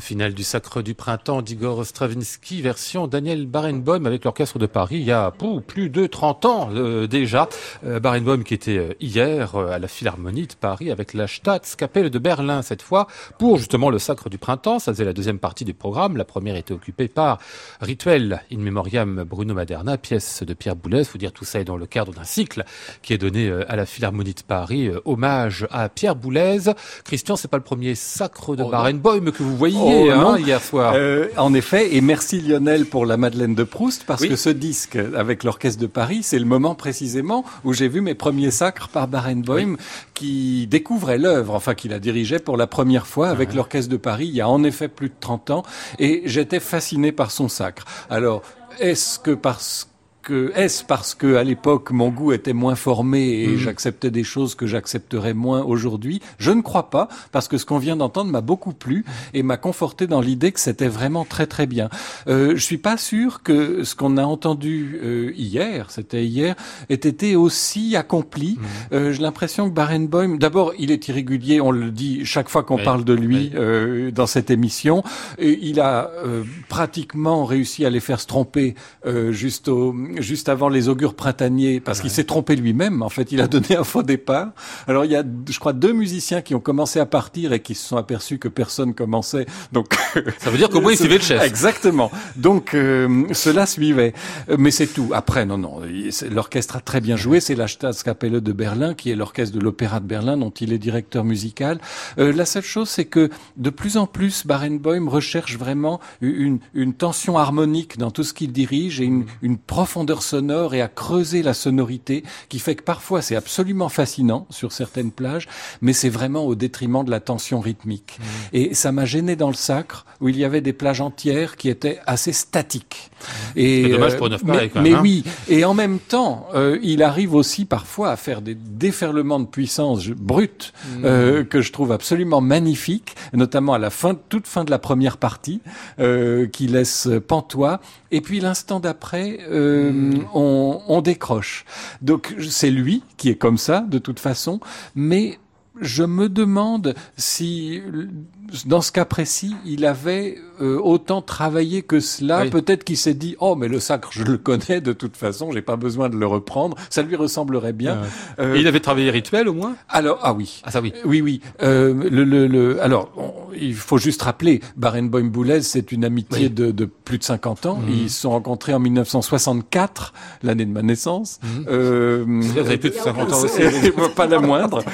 Finale du Sacre du Printemps d'Igor Stravinsky, version Daniel Barenboim avec l'Orchestre de Paris, il y a pou, plus de trente ans euh, déjà. Euh, Barenboim qui était euh, hier euh, à la Philharmonie de Paris avec la Staatskapelle de Berlin cette fois, pour justement le Sacre du Printemps. Ça faisait la deuxième partie du programme. La première était occupée par Rituel in Memoriam Bruno Maderna, pièce de Pierre Boulez. Faut dire tout ça est dans le cadre d'un cycle qui est donné euh, à la Philharmonie de Paris, euh, hommage à Pierre Boulez. Christian, c'est pas le premier Sacre de oh, Barenboim que vous voyez. Oh, hein, hier soir. Euh, en effet, et merci Lionel pour la Madeleine de Proust, parce oui. que ce disque avec l'Orchestre de Paris, c'est le moment précisément où j'ai vu mes premiers sacres par Barenboim, oui. qui découvrait l'œuvre, enfin qui la dirigeait pour la première fois avec ah. l'Orchestre de Paris, il y a en effet plus de trente ans, et j'étais fasciné par son sacre. Alors, est-ce que parce que Que, est-ce parce que à l'époque mon goût était moins formé et mmh. j'acceptais des choses que j'accepterais moins aujourd'hui? Je ne crois pas, parce que ce qu'on vient d'entendre m'a beaucoup plu et m'a conforté dans l'idée que c'était vraiment très très bien. Euh, je suis pas sûr que ce qu'on a entendu euh, hier, c'était hier, ait été aussi accompli. Mmh. Euh, j'ai l'impression que Barenboim, d'abord, il est irrégulier, on le dit chaque fois qu'on oui. parle de lui oui. euh, dans cette émission. Et il a euh, pratiquement réussi à les faire se tromper euh, juste au juste avant les augures printaniers, parce ouais. qu'il s'est trompé lui-même. En fait, il a donné un faux départ. Alors, il y a, je crois, deux musiciens qui ont commencé à partir et qui se sont aperçus que personne commençait. Donc, ça veut dire qu'au moins, il suivait le chef. Exactement. Donc, euh, cela suivait. Mais c'est tout. Après, non, non. L'orchestre a très bien joué. C'est la Staatskapelle de Berlin, qui est l'orchestre de l'Opéra de Berlin, dont il est directeur musical. Euh, la seule chose, c'est que de plus en plus, Barenboim recherche vraiment une, une tension harmonique dans tout ce qu'il dirige et une, une profondeur sonore et à creuser la sonorité qui fait que parfois c'est absolument fascinant sur certaines plages, mais c'est vraiment au détriment de la tension rythmique. Mmh. Et ça m'a gêné dans le Sacre où il y avait des plages entières qui étaient assez statiques. Et, c'est dommage pour neuf pareils, quand même. Mais hein. oui, et en même temps, euh, il arrive aussi parfois à faire des déferlements de puissance brutes mmh. euh, que je trouve absolument magnifiques, notamment à la fin, toute fin de la première partie, euh, qui laisse pantois. Et puis l'instant d'après, euh, mmh. on, on décroche. Donc c'est lui qui est comme ça de toute façon, mais je me demande si, dans ce cas précis, il avait euh, autant travaillé que cela. Oui. Peut-être qu'il s'est dit « Oh, mais le Sacre, je le connais de toute façon, j'ai pas besoin de le reprendre. Ça lui ressemblerait bien. Ah ouais. » euh, Et il avait travaillé Rituel, au moins? Alors, ah oui. Ah ça oui. Oui, oui. Euh, le, le, le, alors, on, il faut juste rappeler, Barenboim-Boulez, c'est une amitié oui. de, de plus de cinquante ans. Mmh. Ils se sont rencontrés en mille neuf cent soixante-quatre, l'année de ma naissance. Mmh. Euh, Vous avez plus de cinquante ans aussi. Pas la moindre.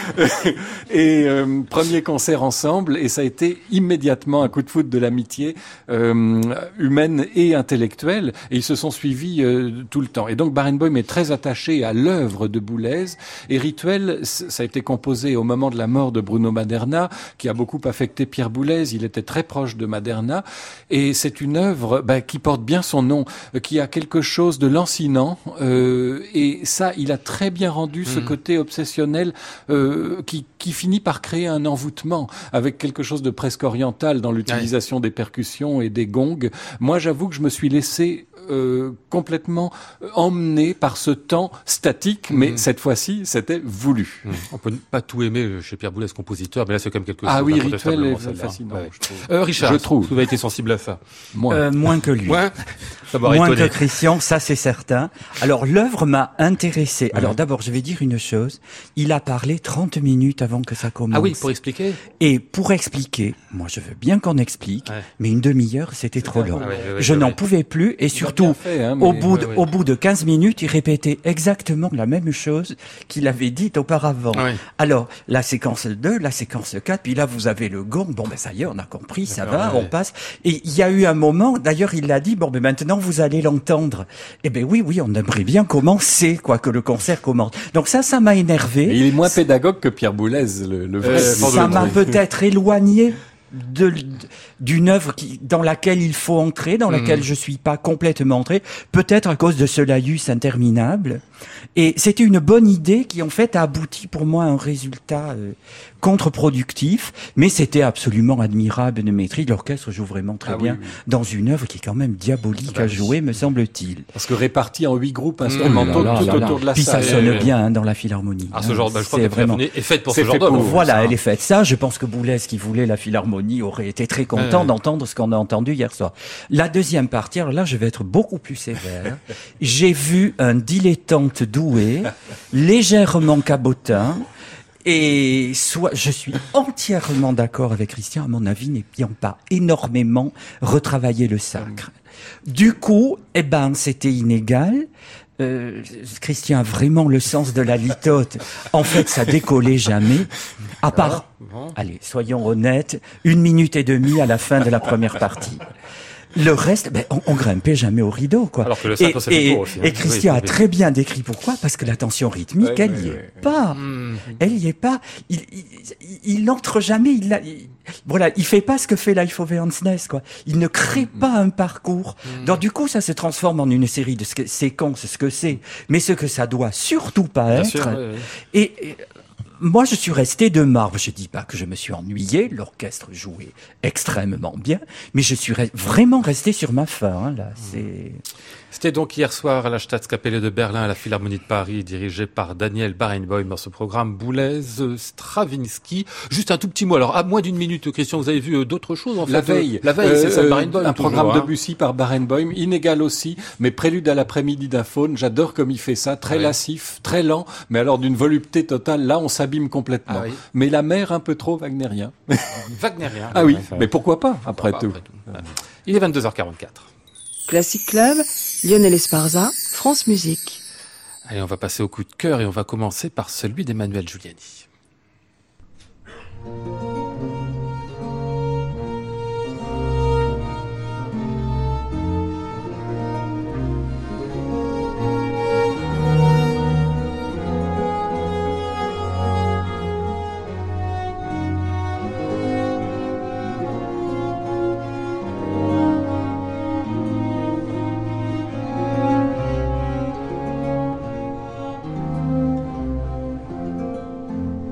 Et euh, premier concert ensemble, et ça a été immédiatement un coup de foudre de l'amitié euh, humaine et intellectuelle, et ils se sont suivis euh, tout le temps. Et donc Barenboim est très attaché à l'œuvre de Boulez, et Rituel, ça a été composé au moment de la mort de Bruno Maderna, qui a beaucoup affecté Pierre Boulez. Il était très proche de Maderna, et c'est une œuvre bah, qui porte bien son nom, qui a quelque chose de lancinant, euh, et ça, il a très bien rendu ce mmh. côté obsessionnel euh, qui, qui finit par créer un envoûtement avec quelque chose de presque oriental dans l'utilisation ouais. des percussions et des gongs. Moi, j'avoue que je me suis laissé euh, complètement emmené par ce temps statique, mmh. mais cette fois-ci, c'était voulu. Mmh. On peut pas tout aimer chez Pierre Boulez, compositeur, mais là, c'est quand même quelque chose. Ah oui, Rituel est fascinant. Ouais. Je trouve. Euh, Richard, je trouve. Vous avez été sensible à ça. Moins, euh, moins que lui. Moins, moins que Christian, ça c'est certain. Alors, l'œuvre m'a intéressé. Mmh. Alors, d'abord, je vais dire une chose. Il a parlé trente minutes avant que ça commence. Ah oui, pour expliquer. Et pour expliquer, moi, je veux bien qu'on explique, ouais. mais une demi-heure, c'était trop long. Ah ouais, ouais, ouais, je ouais, n'en ouais. pouvais plus, et surtout, fait, hein, mais... au bout de, ouais, ouais. au bout de quinze minutes, il répétait exactement la même chose qu'il avait dit auparavant. Ouais. Alors, la séquence deux, la séquence quatre, puis là, vous avez le gong. Bon, ben, ça y est, on a compris, ça va, ouais. on passe. Et il y a eu un moment, d'ailleurs, il l'a dit, bon, ben, maintenant, vous allez l'entendre. Eh ben, oui, oui, on aimerait bien commencer, quoi, que le concert commence. Donc ça, ça m'a énervé. Mais il est moins pédagogue que Pierre Boulez, le, le vrai. Euh, ça m'a peut-être éloigné de, d'une œuvre qui, dans laquelle il faut entrer, dans laquelle mmh. je suis pas complètement entré, peut-être à cause de ce laïus interminable. Et c'était une bonne idée qui, en fait, a abouti pour moi à un résultat euh, contre-productif, mais c'était absolument admirable de maîtrise. L'orchestre joue vraiment très Ah bien oui, oui. dans une œuvre qui est quand même diabolique Bah à oui. jouer, me semble-t-il. Parce que répartis en huit groupes Oh instrumentaux là là tout là là. autour de la Puis salle. ça sonne Euh, bien hein, dans la philharmonie. Ah, ce hein. genre, bah, je crois que C'est la Philharmonie est faite pour ce c'est genre fait d'œuvre. pour- Voilà, ça. elle est faite. Ça, je pense que Boulez, qui voulait la philharmonie, aurait été très content Ouais. d'entendre ce qu'on a entendu hier soir. La deuxième partie, alors là, je vais être beaucoup plus sévère. J'ai vu un dilettante doué, légèrement cabotin, et soit, je suis entièrement d'accord avec Christian, à mon avis, n'ayant pas énormément retravaillé le sacre. Du coup, eh ben, c'était inégal. Euh, Christian a vraiment le sens de la litote. En fait, ça décollait jamais. À part, Bon. allez, soyons honnêtes, une minute et demie à la fin de la première partie. Le reste, ben, on, on grimpait jamais au rideau, quoi. Alors que le et, sacre, c'est fait et, pour aussi, hein. et Christian Oui, a oui. très bien décrit pourquoi, parce que la tension rythmique, Ouais, elle ouais, y est ouais. pas. Mmh. Elle y est pas. Il, il, il, il n'entre jamais. Il, a- il- voilà, il fait pas ce que fait Life of Hansness, quoi. Il ne crée pas un parcours. Donc du coup, ça se transforme en une série de sque- séquences, ce que c'est, mais ce que ça doit surtout pas Bien être. sûr, ouais, ouais. Et, et, moi, je suis resté de marbre. Je dis pas que je me suis ennuyé. L'orchestre jouait extrêmement bien, mais je suis re- vraiment resté sur ma faim. Hein, là, c'est. C'était donc hier soir à la Staatskapelle de Berlin, à la Philharmonie de Paris, dirigée par Daniel Barenboim dans ce programme Boulez Stravinsky. Juste un tout petit mot. Alors, à moins d'une minute, Christian, vous avez vu euh, d'autres choses en fait. La veille, Euh, La veille, c'est ça, Euh, Barenboim. un toujours, programme hein. de Debussy par Barenboim, inégal aussi, mais prélude à l'après-midi d'un faune. J'adore comme il fait ça, très Ouais. lassif, très lent, mais alors d'une volupté totale. Là, on s'abîme complètement. Ah oui. Mais la mer un peu trop wagnerien. Wagnerien. Ah oui, Ouais, mais pourquoi pas après bah, tout. après tout. Ouais. Il est vingt-deux heures quarante-quatre. Classic Club, Lionel Esparza, France Musique. Allez, on va passer au coup de cœur et on va commencer par celui d'Emmanuel Giuliani. Thank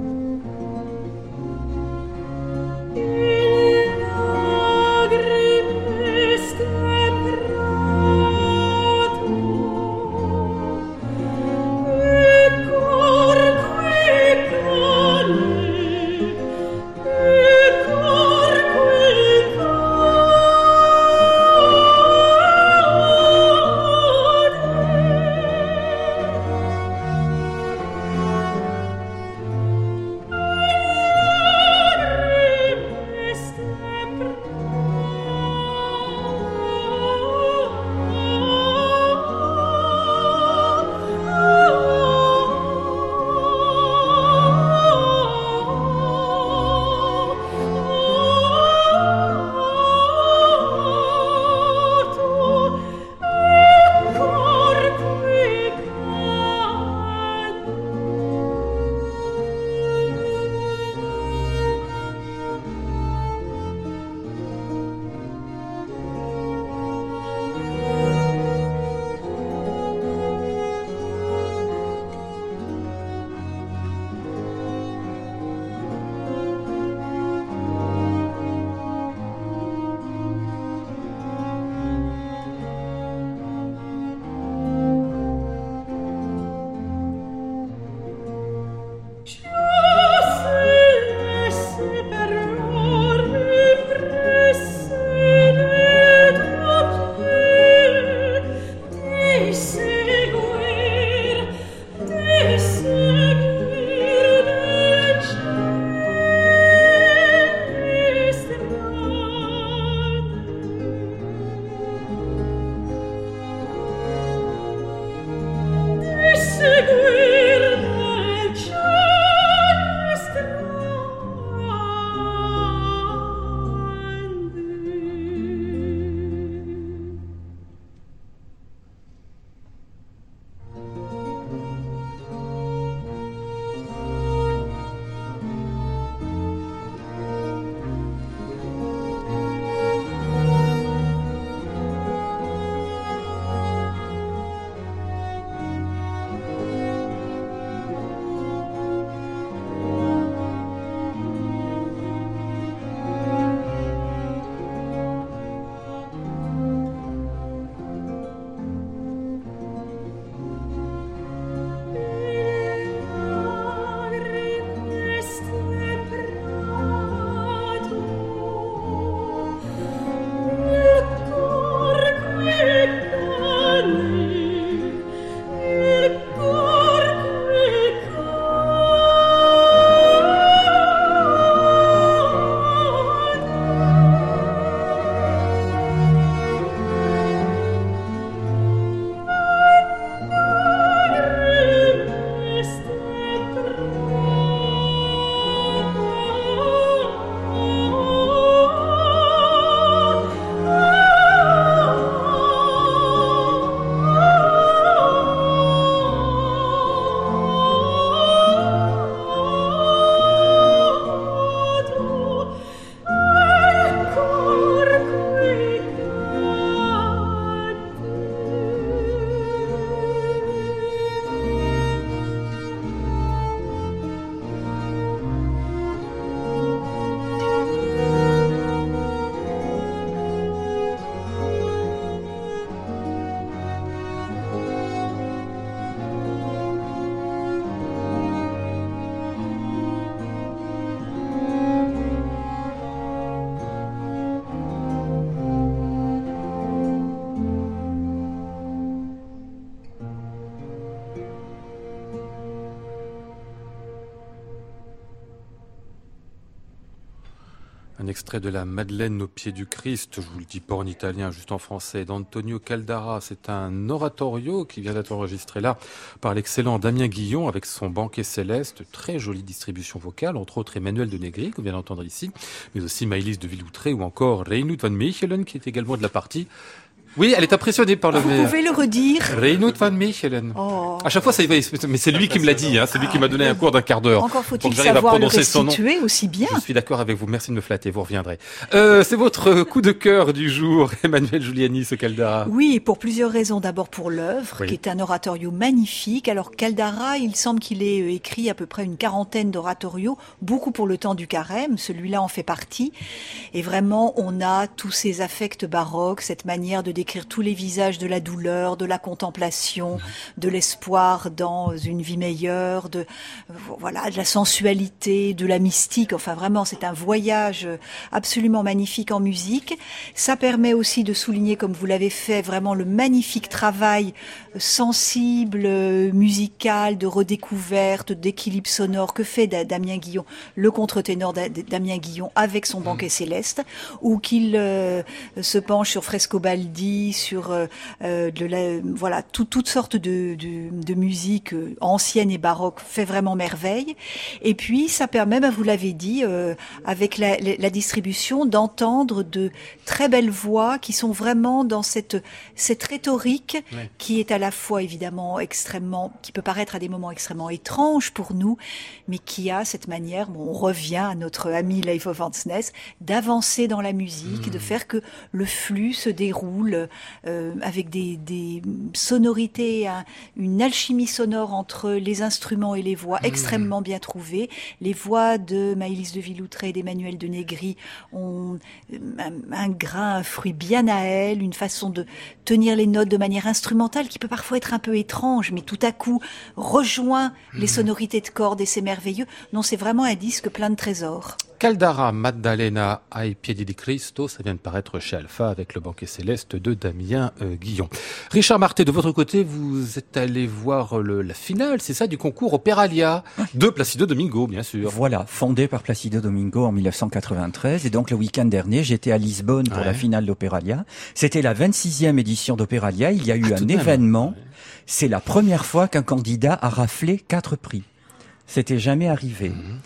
extrait de la Madeleine au pied du Christ, je vous le dis pas en italien, juste en français, d'Antonio Caldara. C'est un oratorio qui vient d'être enregistré là par l'excellent Damien Guillon avec son banquet céleste, très jolie distribution vocale, entre autres Emmanuel de Negri, qu'on vient d'entendre ici, mais aussi Maëlys de Villoutré ou encore Reinout van Mechelen qui est également de la partie. Oui, elle est impressionnée par le... Vous pouvez le redire. Reinout van Mechelen. Oh. À chaque fois, ça y va, mais c'est lui qui me l'a dit, hein, c'est lui qui m'a donné un cours d'un quart d'heure. Encore faut-il savoir le restituer aussi bien. Je suis d'accord avec vous, merci de me flatter, vous reviendrez. Euh, c'est votre coup de cœur du jour, Emmanuel Giuliani, ce Caldara. Oui, pour plusieurs raisons. D'abord pour l'œuvre, oui. qui est un oratorio magnifique. Alors Caldara, il semble qu'il ait écrit à peu près une quarantaine d'oratorios, beaucoup pour le temps du carême, celui-là en fait partie. Et vraiment, on a tous ces affects baroques, cette manière de décrire tous les visages de la douleur, de la contemplation, de l'espoir dans une vie meilleure, de voilà, de la sensualité, de la mystique. Enfin, vraiment, c'est un voyage absolument magnifique en musique. Ça permet aussi de souligner, comme vous l'avez fait, vraiment le magnifique travail sensible, musical, de redécouverte, d'équilibre sonore que fait Damien Guillon, le contre-ténor Damien Guillon avec son banquet céleste, ou qu'il euh, se penche sur Frescobaldi, sur euh, de la, voilà, tout, toutes sortes de, de, de musique euh, ancienne et baroque, fait vraiment merveille. Et puis, ça permet, ben, vous l'avez dit, euh, avec la, la distribution, d'entendre de très belles voix qui sont vraiment dans cette, cette rhétorique oui. qui est à la fois, évidemment, extrêmement, qui peut paraître à des moments extrêmement étranges pour nous, mais qui a cette manière, bon, on revient à notre ami Leif of Hansness, d'avancer dans la musique, mmh. de faire que le flux se déroule Euh, avec des, des sonorités, hein, une alchimie sonore entre les instruments et les voix mmh. extrêmement bien trouvées. Les voix de Maëlys de Villoutré et d'Emmanuel de Negri ont un, un grain, un fruit bien à elles, une façon de tenir les notes de manière instrumentale qui peut parfois être un peu étrange, mais tout à coup rejoint mmh. les sonorités de cordes et c'est merveilleux. Non, c'est vraiment un disque plein de trésors. Caldara Maddalena ai piedi di Cristo, ça vient de paraître chez Alpha avec le banquet céleste de Damien euh, Guillon. Richard Marté, de votre côté, vous êtes allé voir le, la finale, c'est ça, du concours Opéralia de Placido Domingo, bien sûr. Voilà, fondé par Placido Domingo en dix-neuf cent quatre-vingt-treize. Et donc le week-end dernier, j'étais à Lisbonne pour ouais. la finale d'Opéralia. C'était la vingt-sixième édition d'Opéralia. Il y a eu ah, un événement. Ouais. C'est la première fois qu'un candidat a raflé quatre prix. C'était jamais arrivé. Mmh.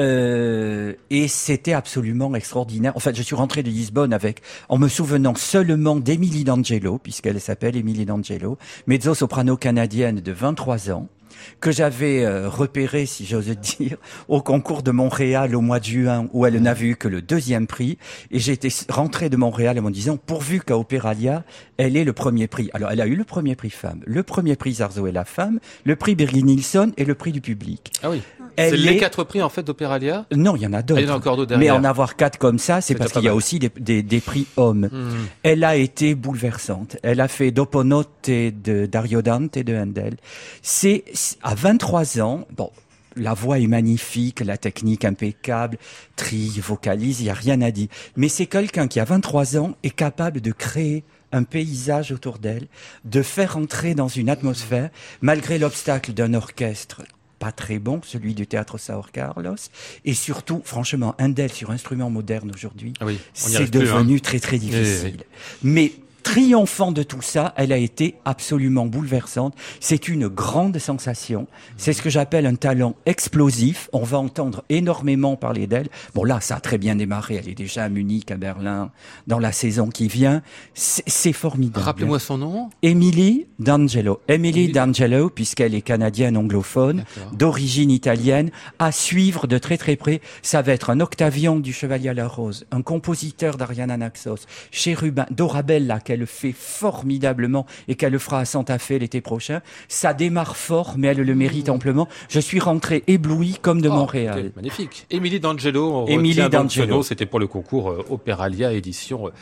Euh, et c'était absolument extraordinaire. En fait, je suis rentré de Lisbonne avec, en me souvenant seulement d'Emily D'Angelo, puisqu'elle s'appelle Emily D'Angelo, mezzo-soprano canadienne de vingt-trois ans, que j'avais euh, repéré, si j'ose dire, au concours de Montréal au mois de juin, où elle n'avait eu que le deuxième prix. Et j'étais rentré de Montréal en me disant, pourvu qu'à Opéralia, elle ait le premier prix. Alors, elle a eu le premier prix femme, le premier prix Zarzuela femme, le prix Birgit Nilsson et le prix du public. Ah oui. Elle c'est les est... quatre prix en fait d'Opéralia ? Non, il y en a d'autres. Il y en a encore d'autres derrière. Mais en avoir quatre comme ça, c'est, c'est parce qu'il y a aussi des, des, des prix hommes. Mmh. Elle a été bouleversante. Elle a fait Dopo notte de Dario Dante de Handel. C'est à vingt-trois ans. Bon. La voix est magnifique, la technique impeccable, trie, vocalise, il y a rien à dire. Mais c'est quelqu'un qui à vingt-trois ans est capable de créer un paysage autour d'elle, de faire entrer dans une atmosphère, malgré l'obstacle d'un orchestre pas très bon, celui du Théâtre São Carlos, et surtout, franchement, Handel sur instrument moderne aujourd'hui, ah oui, c'est devenu plus, hein. très très difficile. Oui, oui. Mais triomphant de tout ça, elle a été absolument bouleversante. C'est une grande sensation. C'est ce que j'appelle un talent explosif. On va entendre énormément parler d'elle. Bon, là, ça a très bien démarré. Elle est déjà à Munich, à Berlin, dans la saison qui vient. C'est, c'est formidable. Rappelez-moi son nom. Emily D'Angelo. Emily D'Angelo, puisqu'elle est canadienne anglophone, d'accord. d'origine italienne, à suivre de très très près. Ça va être un Octavian du Chevalier à la Rose, un compositeur d'Ariana Naxos, Chérubin, Dorabella, qu'elle le fait formidablement et qu'elle le fera à Santa Fe l'été prochain. Ça démarre fort, mais elle le mérite amplement. Je suis rentré ébloui comme de oh, Montréal. Okay, magnifique. Emily D'Angelo, Emily D'Angelo, c'était pour le concours euh, Opéralia édition euh,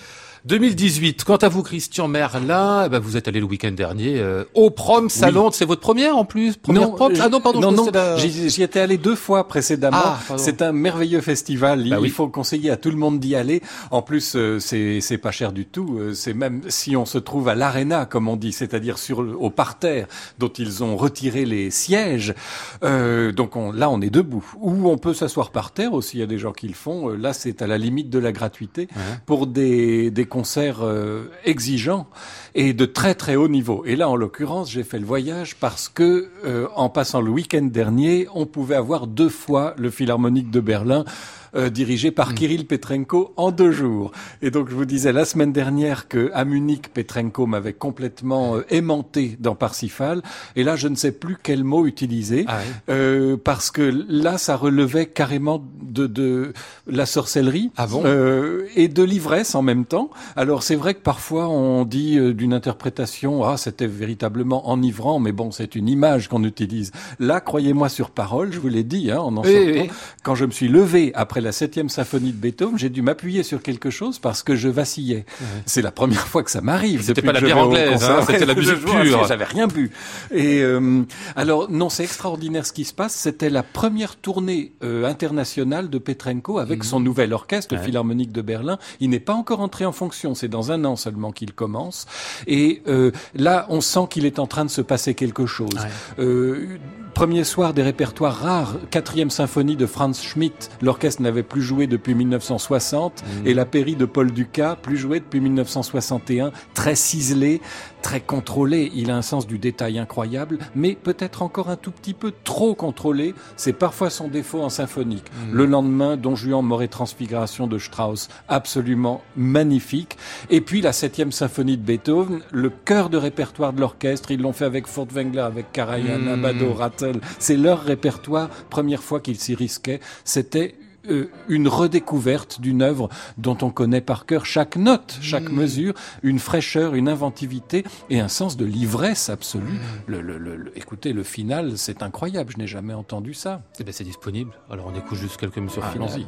deux mille dix-huit. Quant à vous, Christian Merlin, eh ben, vous êtes allé le week-end dernier euh, au Prom Salon. Oui. C'est votre première en plus, première non, prom. Ah non, pardon. Non, je non. La... J'y, j'y étais allé deux fois précédemment. Ah, c'est un merveilleux festival. Bah il oui. faut conseiller à tout le monde d'y aller. En plus, euh, c'est c'est pas cher du tout. Euh, c'est même si on se trouve à l'aréna, comme on dit, c'est-à-dire sur au parterre dont ils ont retiré les sièges. Euh, donc on, là, on est debout. Ou on peut s'asseoir par terre aussi. Il y a des gens qui le font. Euh, là, c'est à la limite de la gratuité ouais. pour des des concerts euh, exigeants et de très très haut niveau. Et là, en l'occurrence, j'ai fait le voyage parce que euh, en passant le week-end dernier, on pouvait avoir deux fois le Philharmonique de Berlin. Euh, dirigé par mmh. Kirill Petrenko en deux jours. Et donc je vous disais la semaine dernière que à Munich, Petrenko m'avait complètement euh, aimanté dans Parsifal. Et là, je ne sais plus quel mot utiliser ah oui. euh, parce que là, ça relevait carrément de, de la sorcellerie ah bon euh, et de l'ivresse en même temps. Alors c'est vrai que parfois on dit euh, d'une interprétation, ah c'était véritablement enivrant, mais bon, c'est une image qu'on utilise. Là, croyez-moi sur parole, je vous l'ai dit, hein, en en oui, sortant, oui. quand je me suis levé après la septième symphonie de Beethoven, j'ai dû m'appuyer sur quelque chose parce que je vacillais. Ouais. C'est la première fois que ça m'arrive. C'était pas la bière anglaise, hein, c'était la musique pure. J'avais rien bu. Et euh, alors non, c'est extraordinaire ce qui se passe. C'était la première tournée euh, internationale de Petrenko avec mmh. son nouvel orchestre, ouais. le Philharmonique de Berlin. Il n'est pas encore entré en fonction. C'est dans un an seulement qu'il commence. Et euh, là, on sent qu'il est en train de se passer quelque chose. Ouais. Euh, Premier soir des répertoires rares, quatrième symphonie de Franz Schmidt, l'orchestre n'avait plus joué depuis mille neuf cent soixante, mmh. et la Péri de Paul Dukas, plus joué depuis mille neuf cent soixante et un, très ciselé, très contrôlé, il a un sens du détail incroyable, mais peut-être encore un tout petit peu trop contrôlé, c'est parfois son défaut en symphonique. Mmh. Le lendemain, Don Juan, Mort et Transfiguration de Strauss, absolument magnifique, et puis la septième symphonie de Beethoven, le cœur de répertoire de l'orchestre, ils l'ont fait avec Furtwängler, avec Karajan, mmh. Abado, Rattel. C'est leur répertoire, première fois qu'ils s'y risquaient, c'était euh, une redécouverte d'une œuvre dont on connaît par cœur chaque note, chaque mmh. mesure, une fraîcheur, une inventivité et un sens de l'ivresse absolue. Mmh. Le, le, le, le, écoutez, le final, c'est incroyable, je n'ai jamais entendu ça. Eh bien, c'est disponible, alors on écoute juste quelques mesures finales. Allons-y.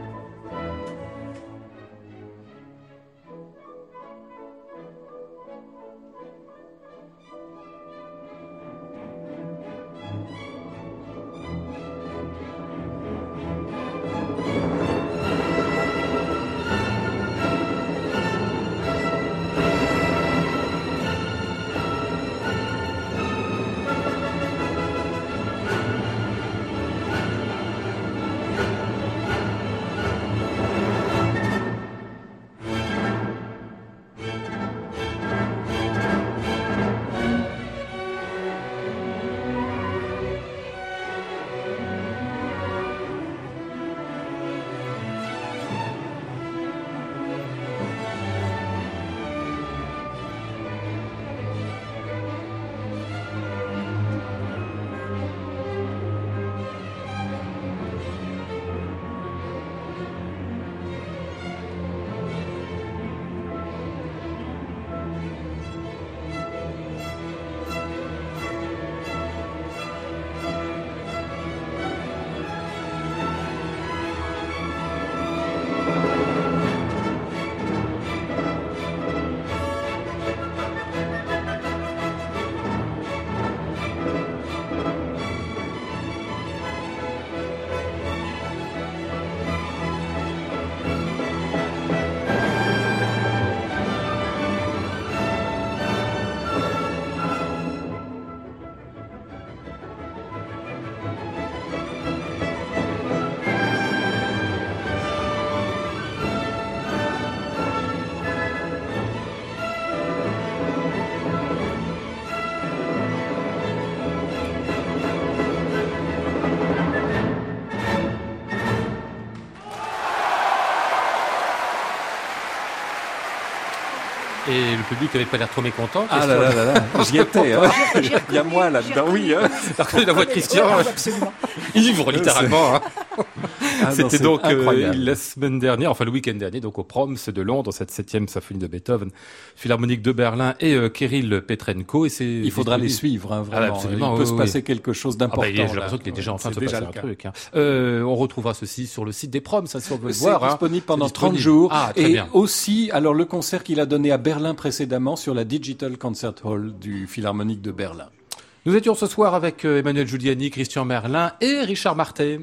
Et le public n'avait pas l'air trop mécontent. Ah là là là là, j'y étais. Hein. Il y a moi là-dedans, oui. Hein. La voix de Christian, ivre littéralement. Hein. Ah non, C'était donc euh, incroyable. la semaine dernière, enfin le week-end dernier, donc au Proms de Londres, cette septième symphonie de Beethoven, Philharmonique de Berlin et euh, Kirill Petrenko. Et c'est Il faudra les suivre, hein, vraiment. Ah, absolument, il peut oui, se oui. passer quelque chose Ah d'important. bah, il est- j'ai là. l'impression qu'il est déjà en train de C'est se déjà passer le un cas. truc. Hein. Euh, on retrouvera ceci sur le site des Proms, hein, si on veut le C'est voir. hein. disponible pendant C'est trente disponible. jours. Ah, très et bien. aussi, alors le concert qu'il a donné à Berlin précédemment sur la Digital Concert Hall du Philharmonique de Berlin. Nous étions ce soir avec euh, Emmanuel Giuliani, Christian Merlin et Richard Marté.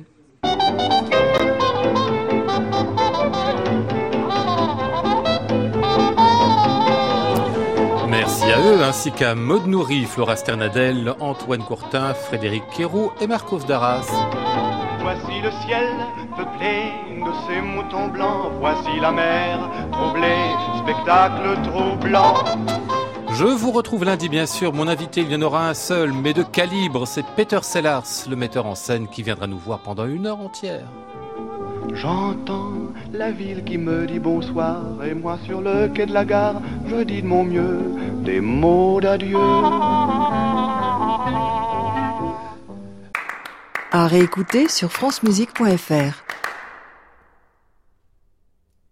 Merci à eux, ainsi qu'à Maud Nourri, Flora Sternadel, Antoine Courtin, Frédéric Quéroux et Marcos Darras. Voici le ciel peuplé de ces moutons blancs. Voici la mer troublée, spectacle troublant. Je vous retrouve lundi, bien sûr. Mon invité, il y en aura un seul, mais de calibre. C'est Peter Sellars, le metteur en scène, qui viendra nous voir pendant une heure entière. J'entends la ville qui me dit bonsoir. Et moi sur le quai de la gare, je dis de mon mieux des mots d'adieu. À réécouter sur francemusique point f r.